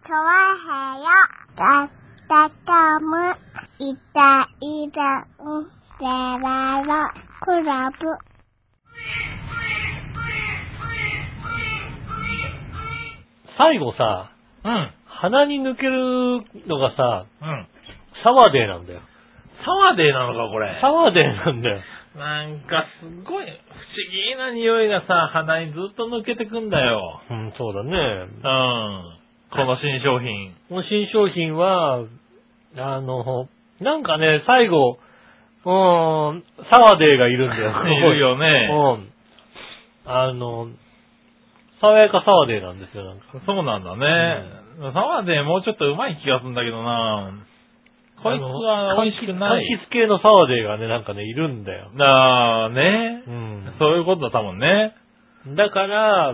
チョワヘヨだったかむいたいたんでららクラブ。 最後さ、鼻に抜けるのがさ、サワデーなんだよ。 サワデーなのか、これ。 サワデーなんだよ。 なんかすごい不思議な匂いがさ、鼻にずっと抜けてくんだよ。 そうだね。 この新商品。 この新商品は、なんかね、最後、サワデーがいるんだよ。 いるよね。 爽やかサワデーなんですよ、なんか。 そうなんだね。サワデーもうちょっとうまい気がするんだけどな。こいつは美味しくない。 柑橘系のサワデーがね、なんかね、いるんだよ。 ね。そういうことだったもんね。 だから、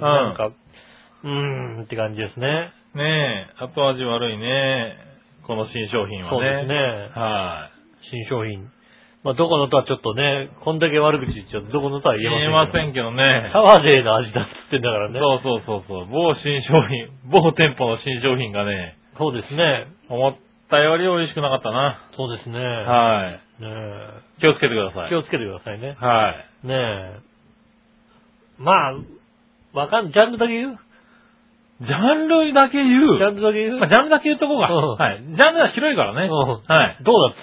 なんか、って感じですね。 ねえ、後味悪いね。この新商品はね。 そうですね。 はい。 新商品。まあ、どこのとはちょっとね、こんだけ悪口言っちゃうとどこのとは言えませんけどね。サワデーの味だっつってんだからね。 そう。某新商品、某店舗の新商品がね。 そうですね。 思ったより美味しくなかったな。 そうですね。 はい。 ねえ。 気をつけてください。 気をつけてくださいね。 はい。 ねえ。まあ、ジャンルだけ言う？ ジャンルだけ言う。 ジャンルだけ言う？ まあ、ジャンルだけ言うとこうか。はい。ジャンルは広いからね。はい。 ドーナツ。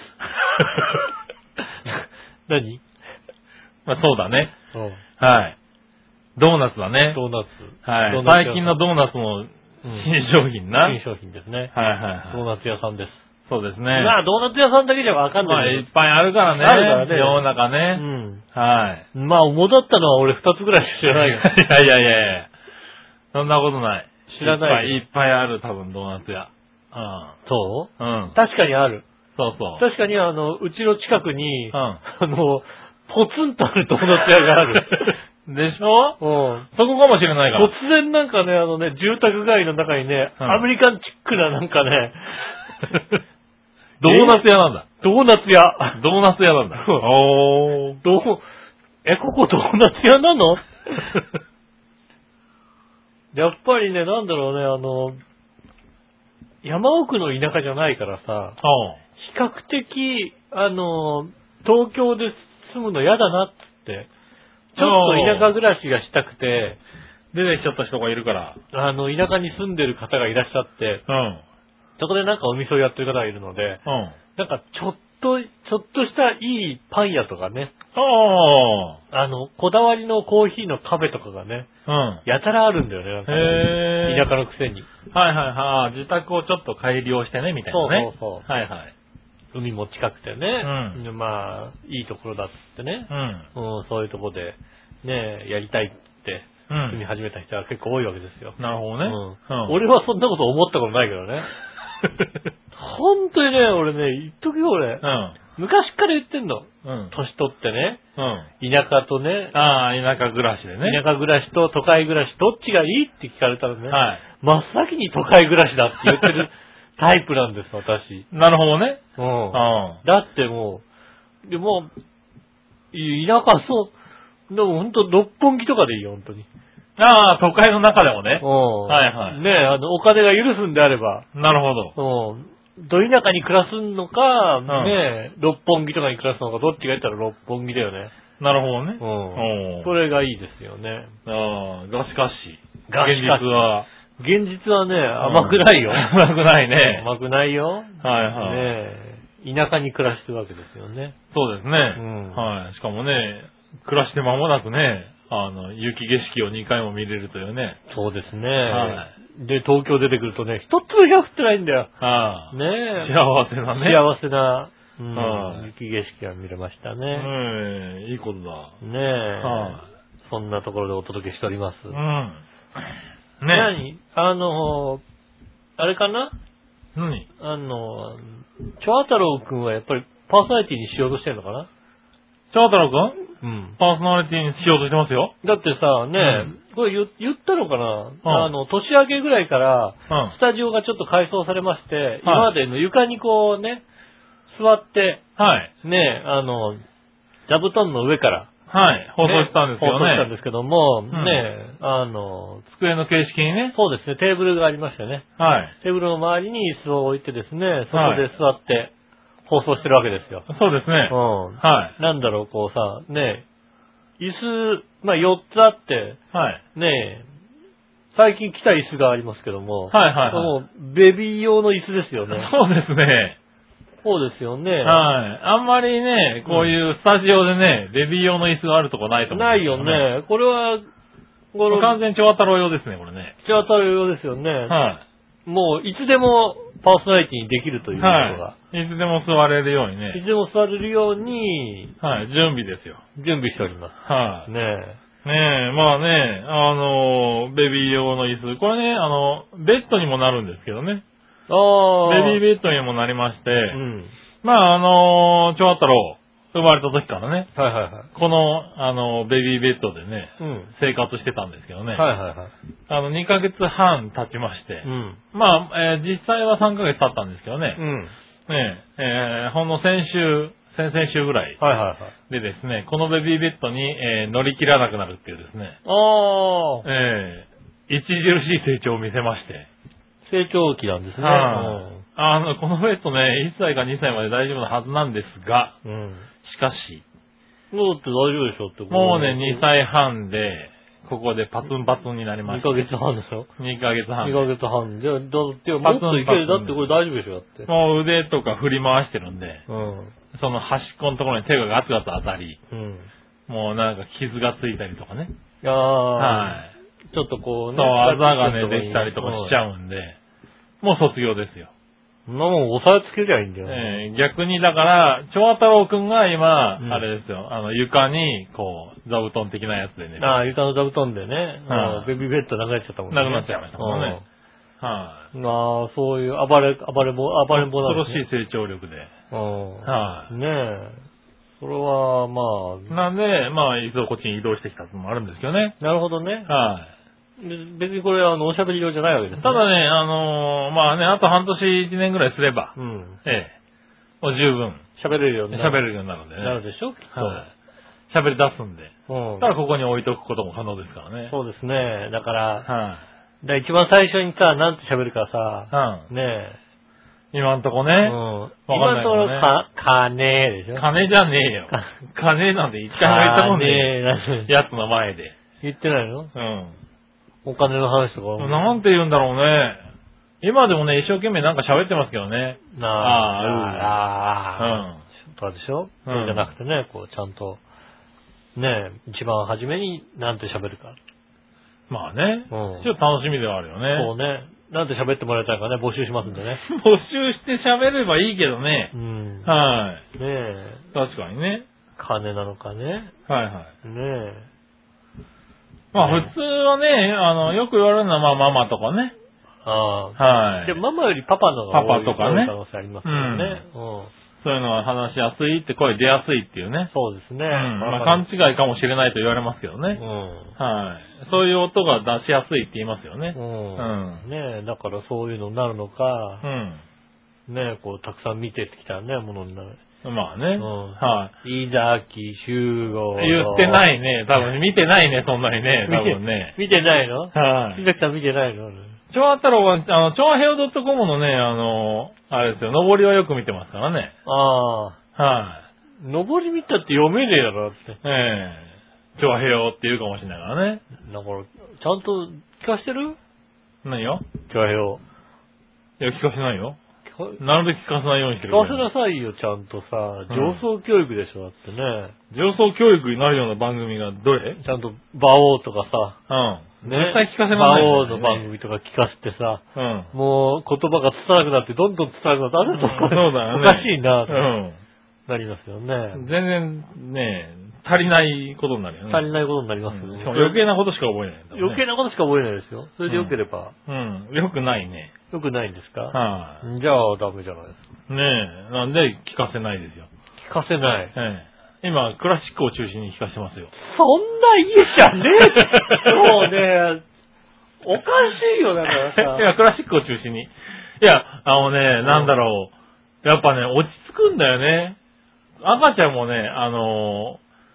何？ まあ、そうだね。はい。ドーナツだね。 ドーナツ。 はい。最近のドーナツの新商品な。 新商品ですね。 はい。 ドーナツ屋さんです。 そうですね。 まあ、ドーナツ屋さんだけじゃわかんない。 まあ、いっぱいあるからね。 あるからね。 世の中ね。はい。 まあ、主だったのは俺2つぐらいしか知らないよ。 いや。そんなことない。 知らない。 いっぱいある、多分、ドーナツ屋。 そう？ うん。 確かにある。 そう。 確かにうちの近くに、ポツンとあるドーナツ屋がある。 でしょ？そこかもしれないから。 突然なんかね、住宅街の中にね、アメリカンチックななんかね、 ドーナツ屋なんだ。 ドーナツ屋。 ドーナツ屋なんだ。 ここドーナツ屋なの？やっぱりね、なんだろうね、山奥の田舎じゃないからさ、比較的、東京で住むの嫌だなっつって、ちょっと田舎暮らしがしたくて、 出てきちゃった人がいるから。 田舎に住んでる方がいらっしゃって、そこでなんかお店をやってる方がいるので、なんかちょっとしたいいパン屋とかね、こだわりのコーヒーのカフェとかがね、やたらあるんだよね、なんかね、田舎のくせに。 はい。自宅をちょっと改良してね、みたいなね。 そう。 はい。 海も近くてね、まあ、いいところだっつってね、そういうとこで、ね、やりたいって住み始めた人は結構多いわけですよ。 なるほどね。 俺はそんなこと思ったことないけどね。本当にね、俺ね、言っとくよ俺。昔から言ってんの。年取ってね、田舎とね、 田舎暮らしでね。 田舎暮らしと都会暮らしどっちがいいって聞かれたらね、真っ先に都会暮らしだって言ってるタイプなんです、私。 なるほどね。 だってもう、田舎でも本当六本木とかでいいよ、本当に。 都会の中でもね。 ねお金が許すんであれば。 なるほど。 ど田舎に暮らすのか、六本木とかに暮らすのか、どっちが言ったら六本木だよね。 なるほどね。 それがいいですよね。 がしかし。 現実はね、甘くないよ。 甘くないね。 甘くないよ。 はい。 田舎に暮らしてるわけですよね。 そうですね。はい。しかもね、暮らして間もなくね、雪景色を2回も見れるというね。 そうですね。で、東京出てくるとね、一つも雪降ってないんだよ。ねえ。 幸せなね。 幸せな、雪景色が見れましたね。 いいことだ。 ねえ。そんなところでお届けしております。 何あれかな？ 何？ チョア太郎くんはやっぱりパーソナリティにしようとしてるのかな？ チョア太郎くん？パーソナリティにしようとしてますよ。 だってさ、ね、これ言ったのかな？年明けぐらいから、スタジオがちょっと改装されまして、今までの床にこうね、座って、ね、座布団の上から、 はい、放送したんですけどね。 放送したんですけども、 うん、 ね、 机の形式にね。 そうですね、テーブルがありましてね。 はい。 テーブルの周りに椅子を置いてですね、そこで座って放送してるわけですよ。 そうですね。 うん。はい。なんだろう、こうさ、ね、椅子、まあ4つあって、はい。ね、最近来た椅子がありますけども、はいはいはい。もうベビー用の椅子ですよね。 そうですね。 そうですよね。はい。 あんまりね、こういうスタジオでね、ベビー用の椅子があるとこないと思う、ね。 ないよね。これは、 完全に長太郎用ですね、これね。 長太郎用ですよね。はい。もう、いつでもパーソナリティにできるということが。 はい。いつでも座れるようにね。 いつでも座れるように。 はい、準備ですよ。 準備しております。はい。ねえ。 ねえ、まあね、ベビー用の椅子。これね、ベッドにもなるんですけどね。ベビーベッドにもなりまして、うん、まあ長太郎、生まれた時からね、はいはいはい、この、ベビーベッドでね、うん、生活してたんですけどね、はいはいはい、2ヶ月半経ちまして、うん、まあ、実際は3ヶ月経ったんですけどね、うん、ねほんの先々週ぐらいでですね、このベビーベッドに、乗り切らなくなるっていうですね、著しい成長を見せまして、 成長期なんですね。 このベッドね、1歳か2歳まで大丈夫なはずなんですが、うん、しかし、 もうって大丈夫でしょってもうね、2歳半で、ここでパツンパツンになりました。 2ヶ月半でしょ ?2 ヶ月半。 2ヶ月半。じゃあ、だって、もっといける。だってこれ大丈夫でしょだって。 もう腕とか振り回してるんで、うん、その端っこのところに手がガツガツ当たり、うん、もうなんか傷がついたりとかね。 はい。ちょっとこうね。 そう、あざがね、できたりとかしちゃうんで、もう卒業ですよ。 もう押さえつけりゃいいんだよ。 逆にだから、長太郎くんが今、あれですよ、床に、こう、座布団的なやつでね。 床の座布団でね、ベビーベッドなくなっちゃったもんね。 なくなっちゃいましたもんね。 そういう暴れん坊なんですね。恐ろしい成長力で。 ねえ。それは、まあ。なんで、まあ、一度こっちに移動してきたのもあるんですけどね。 なるほどね。はい。別にこれはおしゃべり用じゃないわけですね。 ただね、まあね、あと半年1年ぐらいすれば、もう十分。 喋れるようになる。喋れるようになるんでね。 なるでしょきっと。喋り出すんで。ただここに置いとくことも可能ですからね。 そうですね。だから、一番最初にさ、なんて喋るかさ、ね今んとこね。 今んところ、金でしょ。 金じゃねえよ。金なんて一回も言ったもんね。やつの前で。 言ってないの？お金の話とか。 なんて言うんだろうね。今でもね、一生懸命なんか喋ってますけどね。 そうでしょ？そうじゃなくてね、こう、ちゃんと、ね、一番初めになんて喋るか。 まあね。ちょっと楽しみではあるよね。 そうね。なんて喋ってもらいたいかね、募集しますんでね。 募集して喋ればいいけどね。はい。 ねえ。 確かにね。 金なのかね。 はいはい。 ねえ。 まあ普通はね、よく言われるのはまあママとかね。はい。 でもママよりパパの方が多い可能性ありますからね。 そういうのは話しやすいって声出やすいっていうね。 そうですね。 まあ勘違いかもしれないと言われますけどね。はい。そういう音が出しやすいって言いますよね。 ねえ、だからそういうのになるのか、ねえ、こうたくさん見てってきたね、ものになる。 まあね。 はい。伊崎集合。 言ってないね。多分見てないね、そんなにね。多分ね。 見てないの？ はい。 伊崎さん見てないの？ 長太郎は、長平洋 .com のね、あれですよ、上りはよく見てますからね。はい。 上り見たって読めねえだろ、って。 長平洋って言うかもしれないからね。 だから、ちゃんと聞かしてる？ 何よ？ 長平洋。 いや、聞かせないよ。なるべく聞かせないようにしてる。 聞かせなさいよ、ちゃんとさ。上層教育でしょ、だってね。 上層教育になるような番組がどれ？ ちゃんと、馬王とかさ。 絶対聞かせないよ、 馬王の番組とか聞かせてさ。もう、言葉が伝わらなくなって、どんどん伝わらなくなって、 そうだよね。 おかしいな、なりますよね。 全然、ね、足りないことになるよね。 足りないことになりますよね。 余計なことしか覚えない。 余計なことしか覚えないですよ。それで良ければ。 良くないね。 良くないんですか？じゃあ、ダメじゃないですか。 ねえ、なんで聞かせないですよ。 聞かせない。 今、クラシックを中心に聞かせてますよ。 そんな家じゃねえもうね、おかしいよ、だからさ。 いや、クラシックを中心に。いや、なんだろう。やっぱね、落ち着くんだよね。赤ちゃんもね、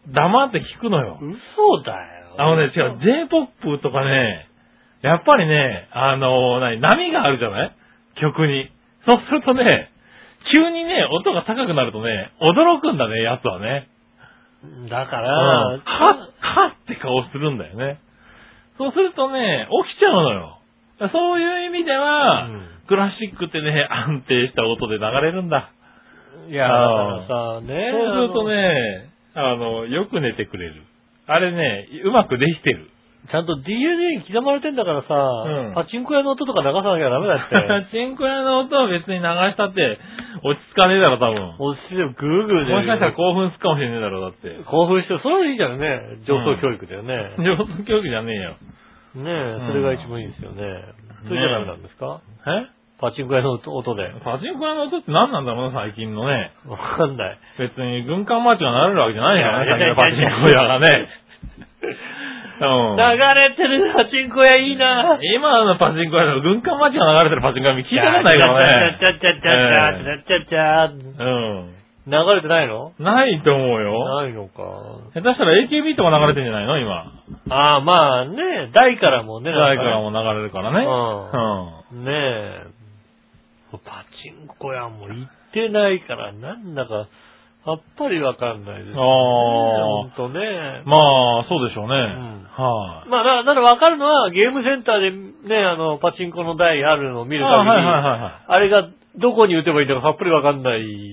黙って聞くのよ。 嘘だよ。 違う、J-POP とかね、やっぱりね、波があるじゃない曲に。そうするとね、急にね、音が高くなるとね、驚くんだね、やつはね。 だから、 はって顔するんだよね。そうするとね、起きちゃうのよ。そういう意味では、クラシックってね、安定した音で流れるんだ。 いや、だからさ、ね。 そうするとね、よく寝てくれる。あれね、うまくできてる。 ちゃんと DNA に刻まれてんだからさ、パチンコ屋の音とか流さなきゃダメだって。 パチンコ屋の音は別に流したって落ち着かねえだろ、多分。 落ち着いてもグーグーで。 もしかしたら興奮するかもしれねえだろ、だって。 興奮してる。それはいいじゃんね。上層教育だよね。 上層教育じゃねえよ。 ねえ、それが一番いいですよね。それじゃダメなんですか？パチンコ屋の音で。 パチンコ屋の音って何なんだろうな、最近のね。 わかんない。 別に軍艦マーチが流れるわけじゃないからね、最近のパチンコ屋がね。 流れてるパチンコ屋いいな。 今のパチンコ屋の軍艦マーチが流れてるパチンコ屋聞いたことないからね。 チャチャチャチャチャチャチャ。流れてないの？ ないと思うよ。 ないのか。 下手したら AKB とか流れてんじゃないの今。 ああ、まあね、台からもね。 台からも流れるからね。 ねえ。パチンコ屋も行ってないから、なんだか、さっぱりわかんないですね。ほんとね。 まあ、そうでしょうね。はい。 まあ、だからわかるのは、ゲームセンターでね、パチンコの台あるのを見る限り、あれがどこに打てばいいんだかさっぱりわかんない。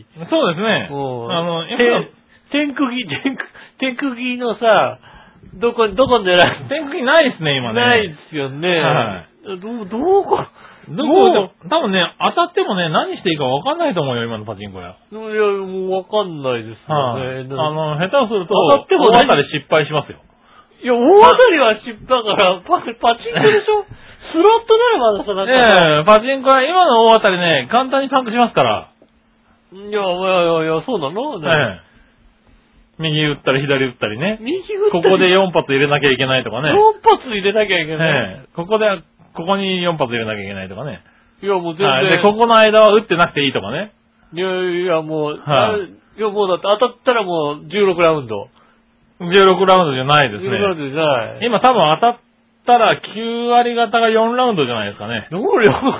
そうですね。 天空木のさ、どこ狙う？ 天空木ないですね、今ね。 ないですよね。はい。 多分ね、当たってもね、何していいか分かんないと思うよ、今のパチンコ屋。 いや、もう分かんないですよね。 下手をすると、 当たっても大当たり失敗しますよ。 いや、大当たりは失敗だから、パチンコでしょスロットならまださ、なんか。 パチンコ屋、今の大当たりね、簡単に参加しますから。 いや、そうなのね。 右打ったり左打ったりね。 右打ったり。 ここで4発入れなきゃいけないとかね。 4発入れなきゃいけない。 ここに4発入れなきゃいけないとかね。 いや、もう全然。 で、ここの間は打ってなくていいとかね。 いや、もう、もうだって当たったらもう16ラウンド。 16ラウンドじゃないですね。 16ラウンドじゃない。 今多分当たったら9割方が4ラウンドじゃないですかね。 4ラウ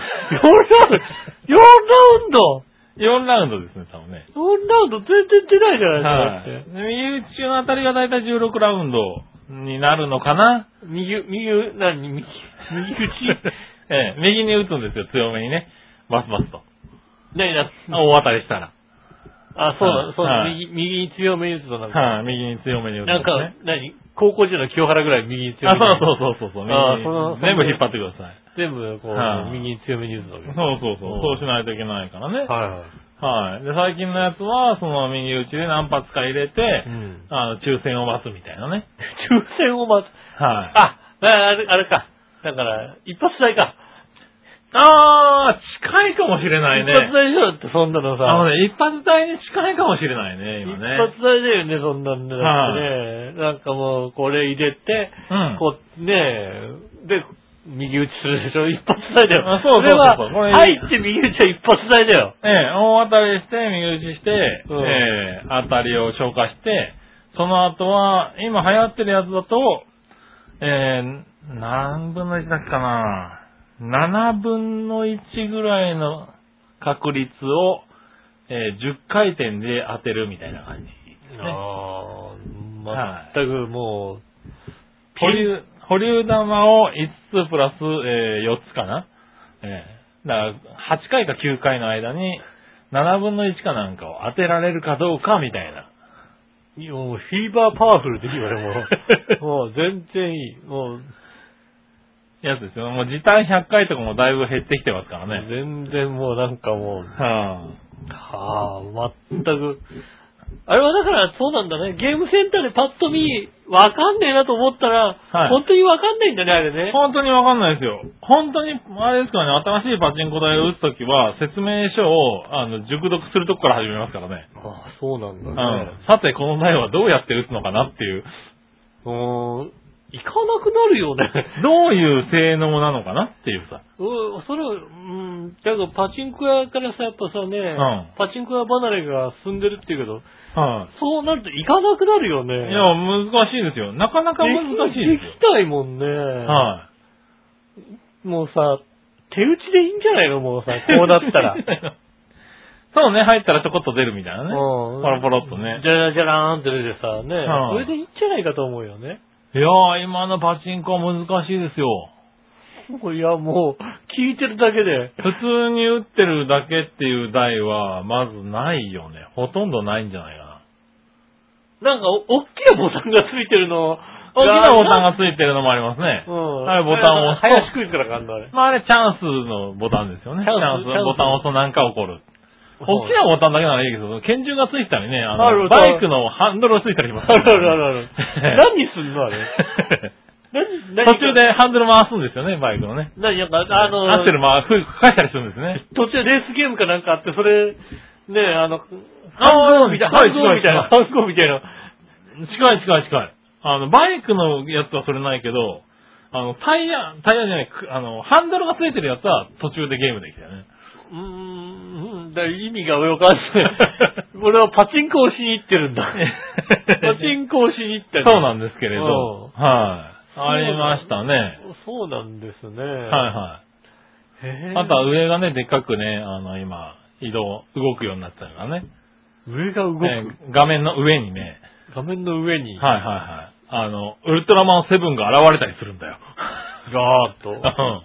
ンド 4ラウンドですね、多分ね。 4ラウンド全然出ないじゃないですか。 右打ちの当たりがだいたい16ラウンドになるのかな。 右打ち右に打つんですよ、強めにね。バスバスと。大当たりしたら。 あ、そうだ、右に強めに打つとなんか。 右に強めに打つ。 なんか、高校時代の清原ぐらい右に強めに打つ。 そう。全部引っ張ってください。 全部、右に強めに打つわけ。 そうしないといけないからね。 はい。 で、最近のやつは、その右打ちで何発か入れて、抽選を待つみたいなね。 抽選を待つ。はい。あれか。だから、一発台か。 近いかもしれないね。 一発台でしょって、そんなのさ。 一発台に近いかもしれないね、今ね。 一発台だよね、そんなんで。なんかもう、これ入れて、で、右打ちするでしょ、一発台だよ。 そう。 これ入って右打ちは一発台だよ。 大当たりして、右打ちして、当たりを消化して、その後は、今流行ってるやつだと、何分の1だっけかな。7分の1ぐらいの確率を、10回転で当てるみたいな感じ、ね。 全くもう、 保留玉を5つプラス、4つかな。だから8回か9回の間に7分の1かなんかを当てられるかどうかみたいな。 もうフィーバーパワフルでいいわね、もう全然いい。もう、 やつですよ。もう時短100回とかもだいぶ減ってきてますからね。 全然もうなんかもう、全く。あれはだからそうなんだね。ゲームセンターでパッと見、わかんねえなと思ったら、本当にわかんないんだね、あれね。 本当にわかんないですよ。本当に、あれですからね、新しいパチンコ台を打つときは、説明書を、熟読するとこから始めますからね。 そうなんだね。 さて、この台はどうやって打つのかなっていう。 行かなくなるよね。 どういう性能なのかなっていうさ。 それは、だけどパチンコ屋からさ、やっぱさね、パチンコ屋離れが進んでるっていうけど、 はい。 そうなると行かなくなるよね。 いや、難しいですよ。なかなか難しいですよ。 行きたいもんね。 はい。 もうさ、手打ちでいいんじゃないのもうさ、こうなったら。 そうね、入ったらちょこっと出るみたいなね。ポロポロっとね。 じゃらじゃらーんって出てさ、ね。それでいいんじゃないかと思うよね。 いやー、今のパチンコは難しいですよ。 いや、もう、聞いてるだけで。 普通に打ってるだけっていう台は、まずないよね。ほとんどないんじゃないかな。なんか、おっきなボタンがついてるの。 大きなボタンがついてるのもありますね。 うん。 あれボタンを押すと。 早しクイズからかんだあれ。 まああれチャンスのボタンですよね。チャンスボタンを押すと何か起こる。大きなボタンだけならいいけど、拳銃がついてたりね、バイクのハンドルがついたりします。 ある。何すんのあれ。 途中でハンドル回すんですよね、バイクのね。 アクセル返したりするんですね。 途中レースゲームかなんかあって、それ、ね、ハンゴーみたいな。 近い。バイクのやつはそれないけど、タイヤじゃない、ハンドルがついてるやつは途中でゲームできたよね。 意味がわかんない。俺はパチンコをしに行ってるんだ。パチンコをしに行ったそうなんですけれど、はい。ありましたね。 そうなんですね。 はい。あとは上がね、でっかくね、今、動くようになったからね。 上が動く、 画面の上にね。 画面の上に。 はい。ウルトラマンセブンが現れたりするんだよ。 ガーッと。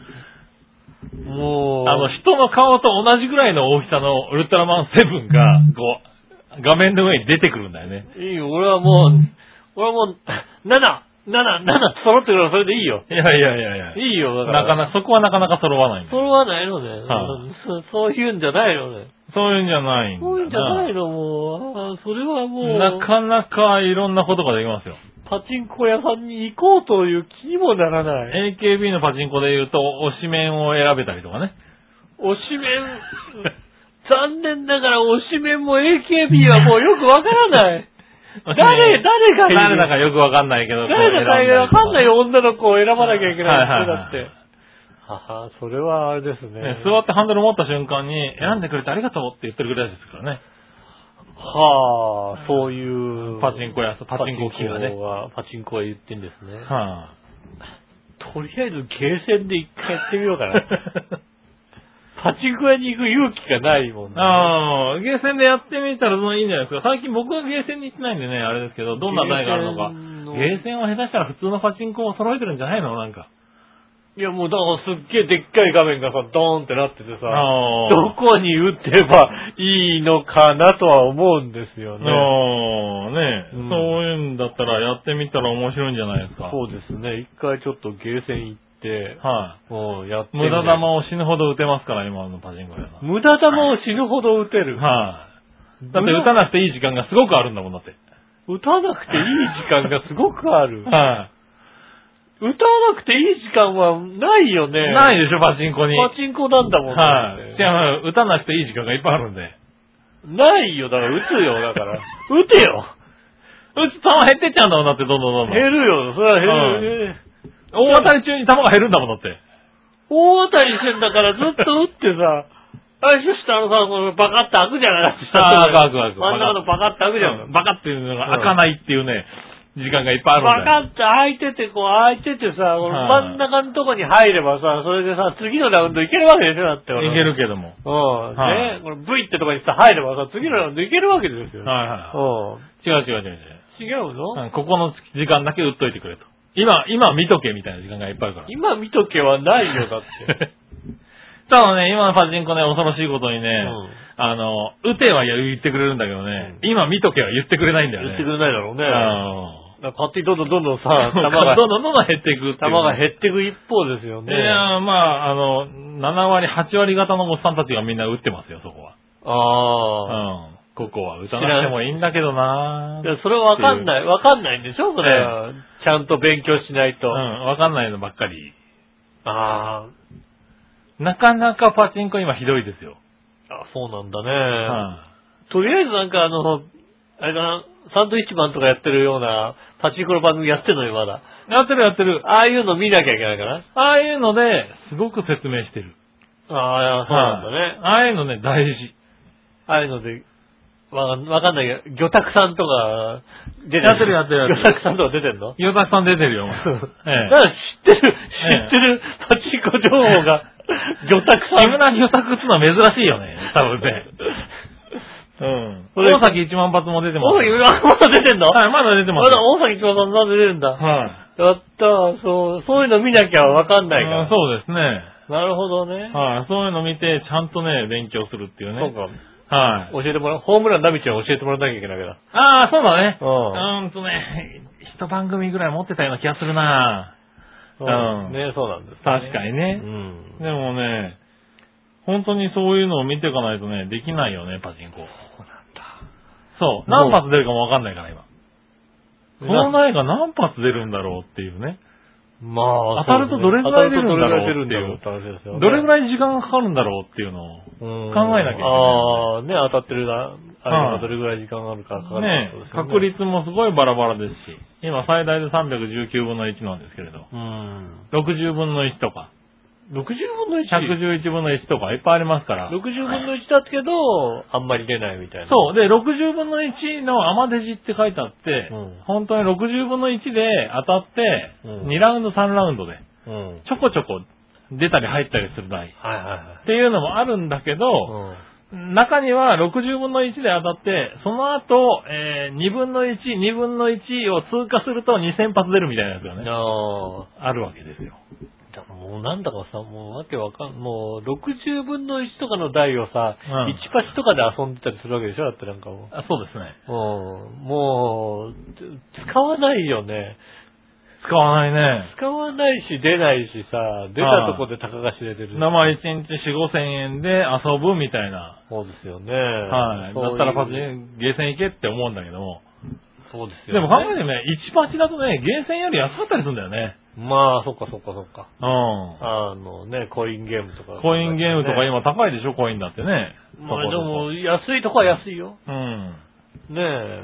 もう、 人の顔と同じぐらいの大きさのウルトラマンセブンが、こう、画面の上に出てくるんだよね。 いいよ、俺はもう、7揃ってくるからそれでいいよ。 いや。 いいよ、だから。 そこはなかなか揃わないんだよ。 揃わないのね。そういうんじゃないのね。 そういうんじゃないんだ。 そういうんじゃないの、もう。それはもう。 なかなかいろんなことができますよ。 パチンコ屋さんに行こうという気にもならない。 AKB のパチンコで言うと、推し面を選べたりとかね。 推し面、残念ながら推し面も AKB はもうよくわからない。誰がいる？ 誰だかよくわかんないけど。 誰だかわかんない女の子を選ばなきゃいけない人だって。それはあれですね。 座ってハンドル持った瞬間に、選んでくれてありがとうって言ってるぐらいですからね。 そういうパチンコ屋、パチンコ機がね。 パチンコは言ってんですね。とりあえずゲーセンで一回やってみようかな。パチンコ屋に行く勇気がないもんね。 ゲーセンでやってみたらいいんじゃないですか。最近僕はゲーセンに行ってないんでね、あれですけど、どんな台があるのか。ゲーセンは下手したら普通のパチンコを揃えてるんじゃないのなんか。 いやもうだからすっげえでっかい画面がさ、ドーンってなっててさ、どこに打てばいいのかなとは思うんですよね。そういうんだったらやってみたら面白いんじゃないですか。 そうですね。一回ちょっとゲーセン行って、やって無駄玉を死ぬほど打てますから、今のパチンコ屋さん。 無駄玉を死ぬほど打てる。 だって打たなくていい時間がすごくあるんだもんだって。 打たなくていい時間がすごくある。打たなくていい時間はないよね。 ないでしょ、パチンコに。 パチンコなんだもんね。 打たなくていい時間がいっぱいあるんで。 ないよ、だから打つよ、だから。打てよ。 打つ球減ってっちゃうんだもんだって、どんどん。 減るよ、それは減る。 大当たり中に球が減るんだもんだって。 大当たりしてんだからずっと打ってさ、そしたらさ、バカって開くじゃないですか。 開く。 真ん中のバカって開くじゃん。 バカっていうのが開かないっていうね、時間がいっぱいあるんだよ。 バカって開いててさ、真ん中のとこに入ればさ、それでさ、次のラウンドいけるわけでしょ、だって。 いけるけども。 ね、これ V ってとこにさ、入ればさ、次のラウンドいけるわけですよ。 違う。 違うの？ ここの時間だけ打っといてくれと。今見とけみたいな時間がいっぱいあるから。 今見とけはないよ、だって。 ただね、今のパチンコね、恐ろしいことにね、打ては言ってくれるんだけどね、今見とけは言ってくれないんだよね。 言ってくれないだろうね。勝手にどんどんさ、球がどんどん減っていく。 球が減っていく一方ですよね。 いや、7割、8割方のおっさんたちがみんな打ってますよ、そこは。ここは打たなくてもいいんだけどなぁ。 それはわかんないんでしょそれ。ちゃんと勉強しないと。 わかんないのばっかり。 なかなかパチンコ今ひどいですよ。 そうなんだね。とりあえずなんかあれかな、サンドイッチマンとかやってるようなパチンコの番組やってるのよ、まだ。 やってる。 ああいうの見なきゃいけないかな。 ああいうのですごく説明してる。 そうなんだね。 ああいうのね、大事。 ああいうので、 わかんないけど、魚拓さんとか、出てる。 やってる。 魚拓さんとか出てんの？ 魚拓さん出てるよ。 だから知ってるパチンコ情報が、魚拓さん。 木村魚拓ってのは珍しいよね、多分ね。大崎1万発も出てます。 まだ出てんの？ はい、まだ出てます。 まだ大崎1万発まだ出てるんだ。 はい。 やったー、そういうの見なきゃわかんないから。 そうですね。 なるほどね。 はい、そういうの見て、ちゃんとね、勉強するっていうね。 そうか。 はい。 教えてもらう。ホームランダミちゃん教えてもらわなきゃいけないわけだ。 ああ、そうだね。一番組ぐらい持ってたような気がするな。 ね、そうなんです、ね。 確かにね。でもね、本当にそういうのを見ていかないとね、できないよね、パチンコ。 そうなんだ。 そう。何発出るかもわかんないから、今。この台が何発出るんだろうっていうね。 まあ、 当たるとどれぐらい出るんだろうっていう。どれぐらい時間がかかるんだろうっていうのを考えなきゃいけない。 ああ、ね、当たってるあれがどれぐらい時間があるかかかるね。確率もすごいバラバラですし、今最大で319分の1なんですけれど。60分の1とか。 60分の 1? 111分の1とかいっぱいありますから。 60分の1だけど、あんまり出ないみたいな。 そう。で、60分の1のアマデジって書いてあって、本当に60分の1で当たって、2ラウンド3ラウンドで、ちょこちょこ出たり入ったりする台。っていうのもあるんだけど、中には60分の1で当たって、その後、2分の1、2分の1を通過すると2000発出るみたいなやつがね、あるわけですよ。 もうなんだかさ、もうわけわかん、もう60分の1とかの台をさ、1パチとかで遊んでたりするわけでしょ？だってなんかもう。 そうですね。 もう、使わないよね。 使わないね。 使わないし出ないしさ、出たとこで高が知れてる。 1日4、5千円で遊ぶみたいな。 そうですよね。 はい。だったらゲーセン行けって思うんだけども。 そうですよね。 でも考えてみね、1パチだとね、ゲーセンより安かったりするんだよね。 まあ、そっか。ね、コインゲームとか。 コインゲームとか今高いでしょ、コインだってね。 まあでも、安いとこは安いよ。ねえ、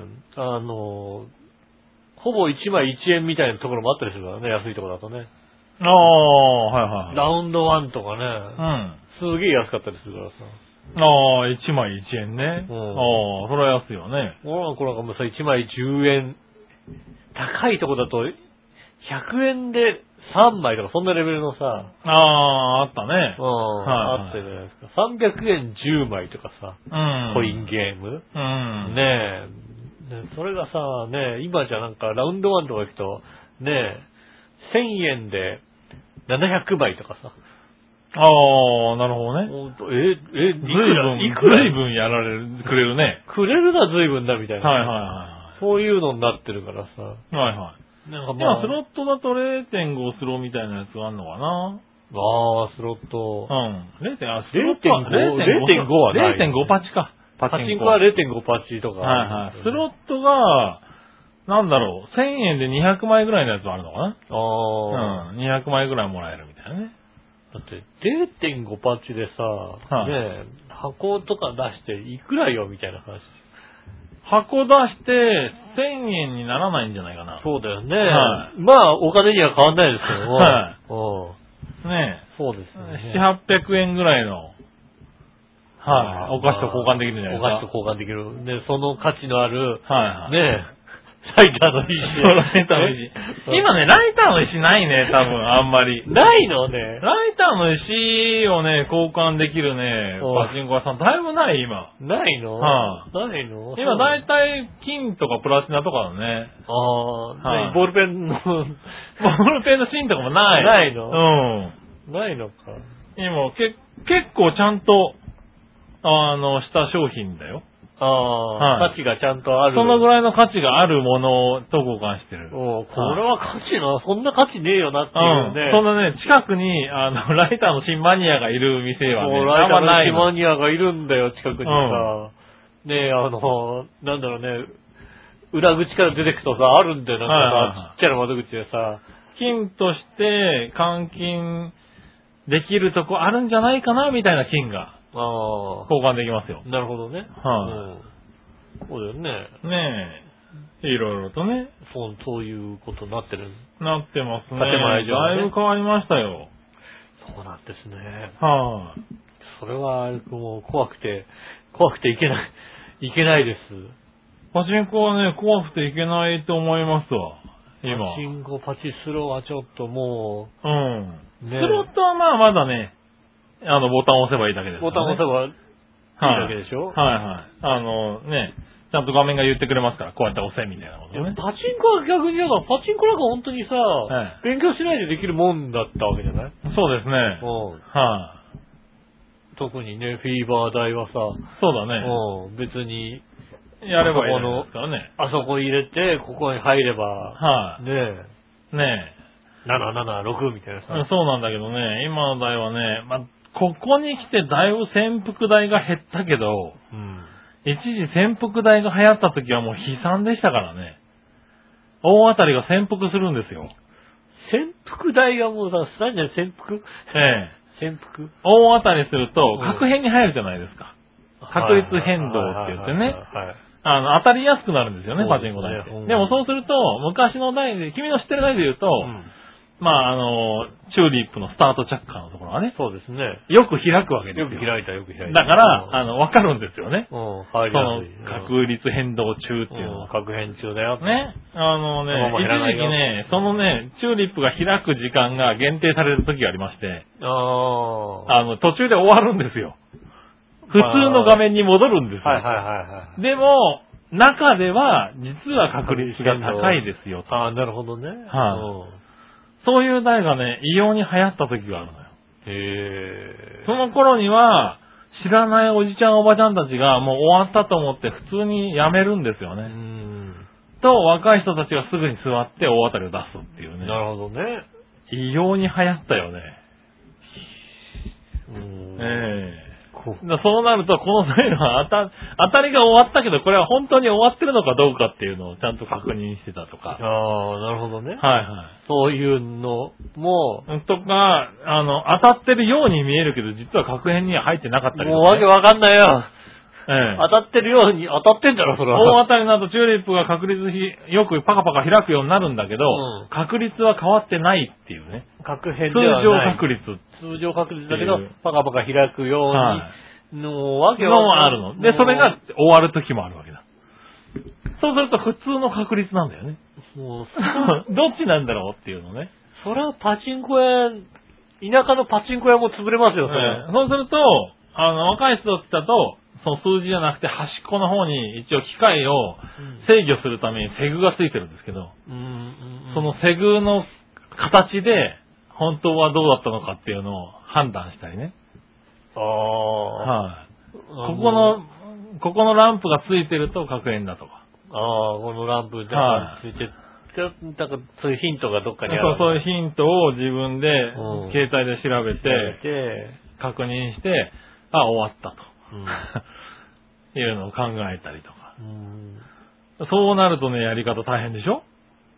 ほぼ1枚1円みたいなところもあったりするからね、安いところだとね。 はい。 ラウンド1とかね。すげえ安かったりするからさ。 1枚1円ね。それは安いよね。 これなんかもうさ、1枚10円。高いとこだと、100円で3枚とかそんなレベルのさ。 あったね。 あったじゃないですか。300円10枚とかさ。コインゲーム。ねえ。それがさ、ねえ、今じゃなんかラウンド1とか行くと、ねえ、1000円で700枚とかさ。 なるほどね。 いくら随分やられる、くれるね。 くれるな、随分だ、みたいな。そういうのになってるからさ。なんか今、スロットだと 0.5 スロみたいなやつがあるのかな？ スロット。 0.5 はない。 0.5 パチか。 パチンコは 0.5 パチとか。 スロットが、なんだろう、1000円で200枚ぐらいのやつあるのかな？200枚ぐらいもらえるみたいなね。 だって、0.5 パチでさ、ね箱とか出していくらよみたいな話。 箱出して1000円にならないんじゃないかな。 そうだよね。まあ、お金には変わんないですけども。 ねえ。 そうですね。 7、800円ぐらいの、お菓子と交換できるんじゃないですか。 お菓子と交換できる。で、その価値のある、 ねえ、ライターの石。 今ね、ライターの石ないね、多分、あんまり。 ないのね。 ライターの石をね、交換できるね、パチンコ屋さん、だいぶない、今。 ないのないの今、だいたい金とかプラチナとかだね。 ボールペンの、 ボールペンの芯とかもない。 ないのないのか。 今、結構ちゃんと、した商品だよ。 価値がちゃんとある。 そのぐらいの価値があるものと交換してる。 これは価値そんな価値ねえよなっていうね。 そんなね、近くに、ライターの新マニアがいる店はね、 ライターの新マニアがいるんだよ、近くにさ。ねえ、なんだろうね、裏口から出てくとさ、あるんだよ、なんかさ、ちっちゃな窓口でさ。 金として換金できるとこあるんじゃないかな、みたいな金が。交換できますよ。 なるほどね。そうだよね。 ねえ。いろいろとね。 そういうことになってる。 なってますね。 建前上だいぶ変わりましたよ。 そうなんですね。 はい。 それは、もう怖くていけない。 いけないです。 パチンコはね、怖くていけないと思いますわ。今。 パチンコ、パチスロはちょっともう。 うん。ね、スロットはまあまだね、ボタンを押せばいいだけですからね。 ボタンを押せばいいだけでしょ？ はいはい。ね、ちゃんと画面が言ってくれますから、こうやって押せみたいなことね。 パチンコは逆にだから、パチンコなんか本当にさ、勉強しないでできるもんだったわけじゃない？ そうですね。 特にね、フィーバー台はさ、 そうだね。 別に、 やればいいですからね。 あそこ入れて、ここに入れば、ね776みたいなさ。 そうなんだけどね、今の台はね、ここに来てだいぶ潜伏台が減ったけど、一時潜伏台が流行った時はもう悲惨でしたからね。大当たりが潜伏するんですよ。 潜伏台がもうさ、何じゃ潜伏？潜伏？ 大当たりすると、確変に入るじゃないですか。確率変動って言ってね。当たりやすくなるんですよね、パチンコ台って。でもそうすると、昔の台で、君の知ってる台で言うと、チューリップのスタートチャッカーのところがね。 そうですね。 よく開くわけですよ。 よく開いた。 だから、わかるんですよね。 入りやすい。 確率変動中っていうのは。 確変中だよ。 ね。一時期ね、そのね、チューリップが開く時間が限定される時がありまして、途中で終わるんですよ。普通の画面に戻るんですよ。でも、中では、実は確率が高いですよ。 なるほどね。 そういう台がね、異様に流行った時があるのよ。その頃には、知らないおじちゃんおばちゃんたちがもう終わったと思って普通にやめるんですよね。と、若い人たちがすぐに座って大当たりを出すっていうね。 なるほどね。 異様に流行ったよね。そうなると、この台は当たりが終わったけど、これは本当に終わってるのかどうかっていうのをちゃんと確認してたとか。 なるほどね。そういうのも。 とか、当たってるように見えるけど、実は確変には入ってなかったりとか、ね。 もうわけわかんないよ。当たってるように、当たってんだろ、それは。 大当たりなどチューリップが確率よくパカパカ開くようになるんだけど、確率は変わってないっていうね。 確変ではない。通常確率だけど、パカパカ開くように、のわけはあるの。で、それが終わる時もあるわけだ。そうすると普通の確率なんだよね。どっちなんだろうっていうのね。 それはパチンコ屋、田舎のパチンコ屋も潰れますよ、それ。 そうすると、若い人だと、その数字じゃなくて端っこの方に一応機械を制御するためにセグがついてるんですけど、そのセグの形で本当はどうだったのかっていうのを判断したりね。ここのランプがついてると確変だとか。 このランプがついてる。なんかそういうヒントがどっかにある。 そういうヒントを自分で携帯で調べて確認して、終わったと。いうのを考えたりとか。そうなるとね、やり方大変でしょ？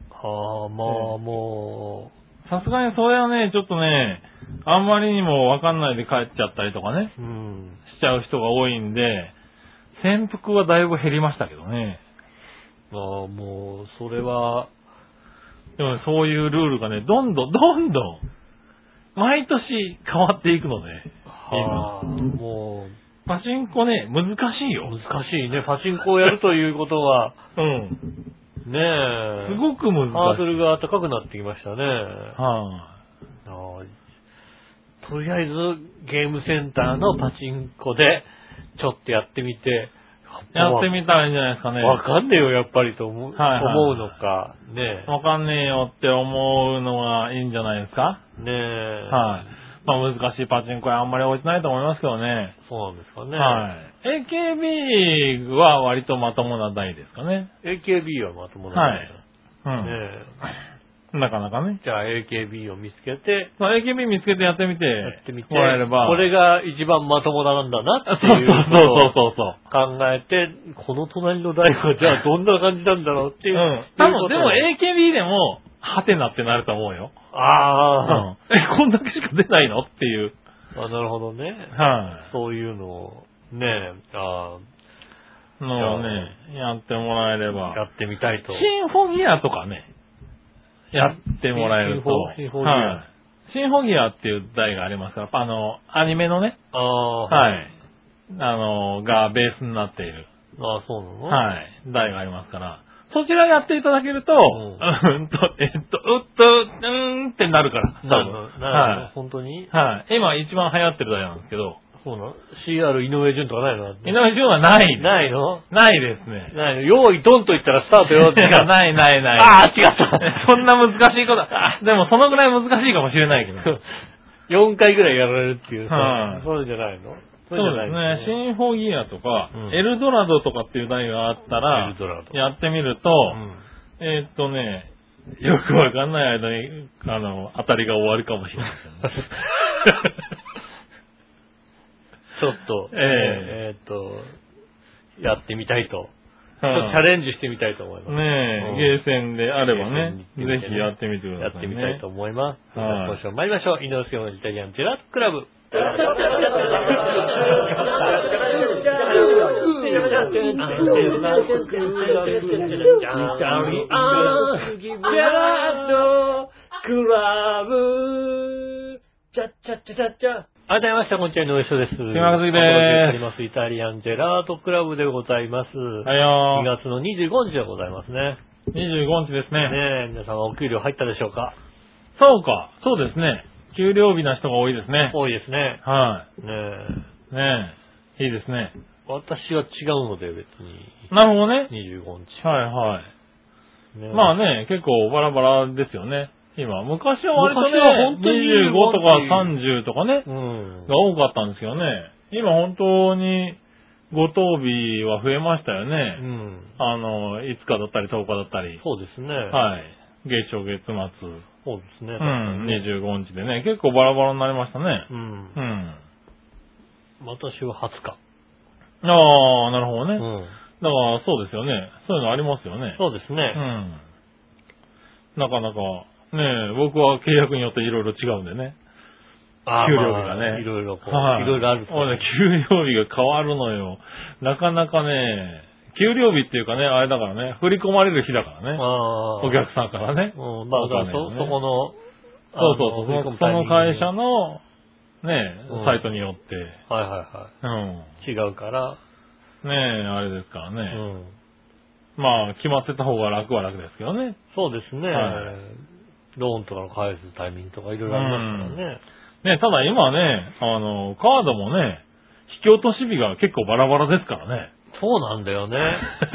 もう。 さすがにそれはね、ちょっとね、あんまりにもわかんないで帰っちゃったりとかね、しちゃう人が多いんで、潜伏はだいぶ減りましたけどね。 もう、それは、 でも、そういうルールがね、どんどん、毎年変わっていくので、 もう、 パチンコね、難しいよ。 難しいね。パチンコをやるということは、ねえ。 すごく難しい。 ハードルが高くなってきましたね。とりあえず、ゲームセンターのパチンコで、ちょっとやってみて、 やってみたらいいんじゃないですかね。 わかんねえよ、やっぱりと思うのか。ねえ。 わかんねえよって思うのがいいんじゃないですか。 ねえ。 難しいパチンコ屋あんまり置いてないと思いますけどね。 そうなんですかね。 AKB は割とまともな台ですかね。 AKB はまともな台。 なかなかね。 じゃあ AKB を見つけて。 AKB 見つけてやってみてもらえれば。 これが一番まともなんだなっていうそう考えて、この隣の台はじゃあどんな感じなんだろうっていう。 多分でも AKB でも、ハテナってなると思うよ。こんだけしか出ないのっていう。 なるほどね。そういうのを、 やってもらえれば。 やってみたいと。 シンフォギアとかね。やってもらえると。 シンフォギア。 シンフォギアっていう台がありますから、アニメのね。がベースになっている。 ああ、そうなの？ はい。台がありますから。そちらやっていただけると、ってなるから。 はい。本当に？ はい。今一番流行ってる台なんですけど。 そうなの？ CR 井上順とかないの？ 井上順はない。 ないの？ ないですね。 ないの？用意ドンと言ったらスタートよ。 ない。 ああ、違った。 そんな難しいこと。でもそのぐらい難しいかもしれないけど。 4回ぐらいやられるっていうさ。そうじゃないの？ そうですね。シンフォギアとか、エルドラドとかっていう台があったら、やってみると、よくわかんない間に、当たりが終わるかもしれないですね。 ちょっと、やってみたいと。チャレンジしてみたいと思います。 ゲーセンであればね、ぜひやってみてください。 やってみたいと思います。今週も参りましょう。井上杉のイタリアンジェラートクラブ。改めまして、こんにちは、井上翔です。 木村和樹です。 ありますイタリアンジェラートクラブでございます。 はいよ。 2月の25日でございますね。 25日ですね。 ねえ、皆さんはお給料入ったでしょうか？ そうか。そうですね。給料日な人が多いですね。 多いですね。 はい。 ねえ。いいですね。 私は違うので、別に。 なるほどね。 25日。 はい。まあね、結構バラバラですよね。今、昔は割とね、25とか30とかね、が多かったんですけどね。今本当に、ご当日は増えましたよね。5日だったり10日だったり。 そうですね。 はい。月初月末。 そうですね。 25日でね、結構バラバラになりましたね。 私は20日。 ああ、なるほどね。だからそうですよね。そういうのありますよね。 そうですね。 なかなか、ね、僕は契約によっていろいろ違うんでね。給料日がね。 いろいろある。 給料日が変わるのよ。なかなかね、給料日っていうかね、あれだからね、振り込まれる日だからね。お客さんからね。 そこの、 その会社の、ね、サイトによって。 違うから。 ねあれですからね。まあ、決まってた方が楽は楽ですけどね。 そうですね。ローンとかの返すタイミングとかいろいろありますからね。 ね、ただ今ね、カードもね、引き落とし日が結構バラバラですからね。 そうなんだよね。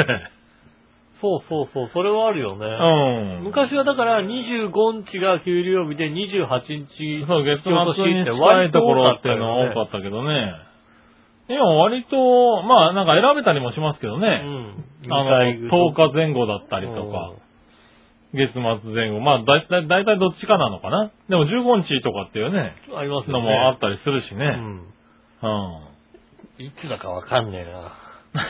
そうそれはあるよね。昔はだから25日が給料日で28日そう、月末に近いところっていうのは多かったけどね。今割と、まあなんか選べたりもしますけどね。10日前後だったりとか、月末前後。まあだいたいどっちかなのかな。でも15日とかっていうね、 ありますね。 のもあったりするしね。 いつだかわかんねえな。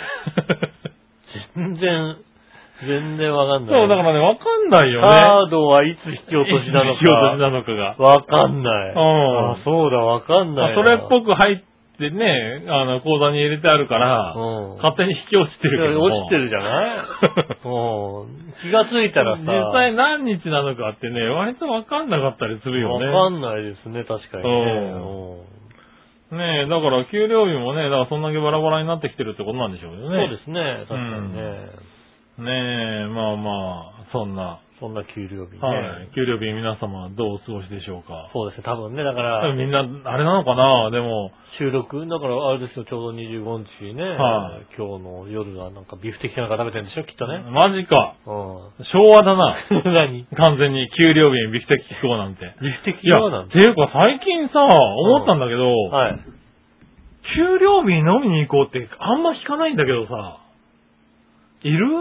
全然わかんない。 そう、だからね、わかんないよね。 カードはいつ引き落としなのか。 引き落としなのかが。 わかんない。そうだ、わかんない。 それっぽく入ってね、口座に入れてあるから、勝手に引き落ちてるけど。 落ちてるじゃない気がついたらさ。 実際何日なのかってね、割とわかんなかったりするよね。 わかんないですね、確かにね。 ねえ、だから給料日もね、だからそんだけバラバラになってきてるってことなんでしょうけどね。 そうですね、確かにね。 ねえ、まあまあ、そんな給料日ね。 はい。給料日皆様どうお過ごしでしょうか。 そうですね、多分ね、だから。 みんな、あれなのかなでも。 収録だからあれですよ、ちょうど25日ね。今日の夜はなんかビフテキなんか食べてるんでしょ、きっとね。 マジか。昭和だな。 何完全に給料日にビフテキ聞こうなんて。 ビフテキ聞こうなんて。 ていうか最近さ、思ったんだけど、給料日に飲みに行こうってあんま聞かないんだけどさ、いる？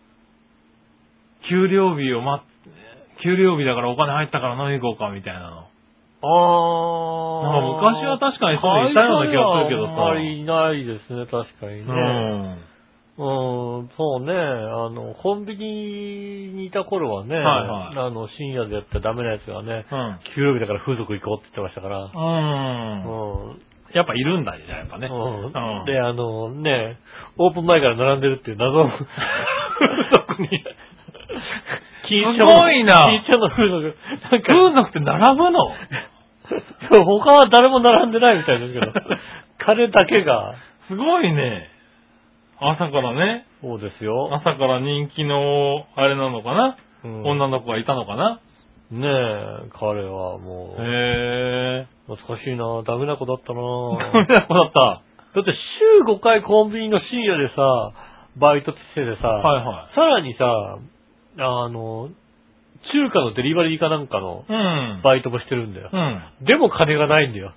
給料日だからお金入ったから飲みに行こうかみたいなの。昔は確かにそういたような気がするけどさ。 あんまりいないですね、確かにね。そうね、コンビニにいた頃はね、深夜でやったらダメなやつがね、給料日だから風俗行こうって言ってましたから。 やっぱいるんだね、じゃあやっぱね。 で、オープン前から並んでるっていう謎の風俗に。 すごいな。 風俗。 風俗って並ぶの？ 他は誰も並んでないみたいですけど、彼だけが。 すごいね。 朝からね。 そうですよ。 朝から人気の、あれなのかな、女の子がいたのかな。 ねえ、彼はもう。懐かしいな。ダメな子だったな。 ダメな子だった。 だって週5回コンビニの深夜でさ、バイトしててさ、 はいはい。 さらにさ、中華のデリバリーかなんかのバイトもしてるんだよ。でも金がないんだよ。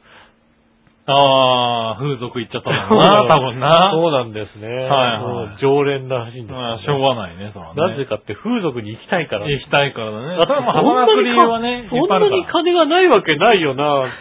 風俗行っちゃったんだな、多分な。 そうなんですね。はいはい。常連らしいんですよ、 しょうがないね、そらね。 なぜかって風俗に行きたいから。 行きたいからだね。それも働く理由はね、 そんなに金がないわけないよなって。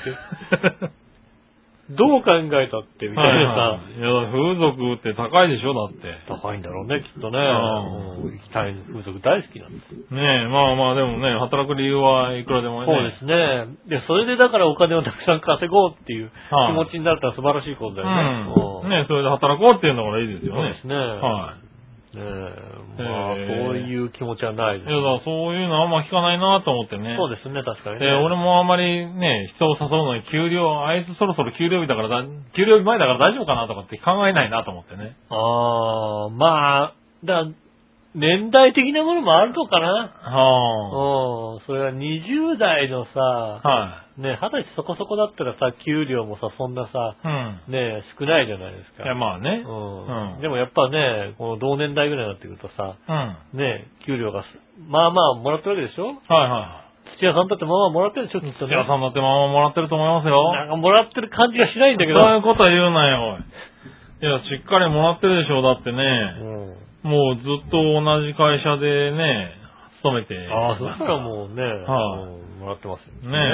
どう考えたってみたいなさ。 いや、風俗って高いでしょ、だって。 高いんだろうね、きっとね。行きたい風俗大好きなんです。 ねえ、まあまあでもね、働く理由はいくらでもね。 そうですね。で、それでだからお金をたくさん稼ごうっていう気持ちになると素晴らしいことだよね。 ねえ、それで働こうっていうのがいいですよね。 そうですね。はい。まあ、そういう気持ちはないです、ね。 いや、だからそういうのあんま聞かないなと思ってね。 そうですね、確かにね。 俺もあんまりね、人を誘うのにあいつそろそろ給料日だから給料日前だから大丈夫かなとかって考えないなと思ってね。 まあ、年代的なものもあるのかな。それは20代のさ、ね、20歳そこそこだったらさ、給料もさ、そんなさ、ね、少ないじゃないですか。 いや、まあね。 でもやっぱね、この同年代ぐらいになってくるとさ、ね、給料が、まあまあもらってるわけでしょ。土屋さんだってまあまあもらってるでしょ、きっとね。 土屋さんだってまあまあもらってると思いますよ。 なんかもらってる感じがしないんだけど。 そういうことは言うなよ、おい。いや、しっかりもらってるでしょ、だってね。もうずっと同じ会社でね、勤めて。 そしたらもうね、もらってますよね。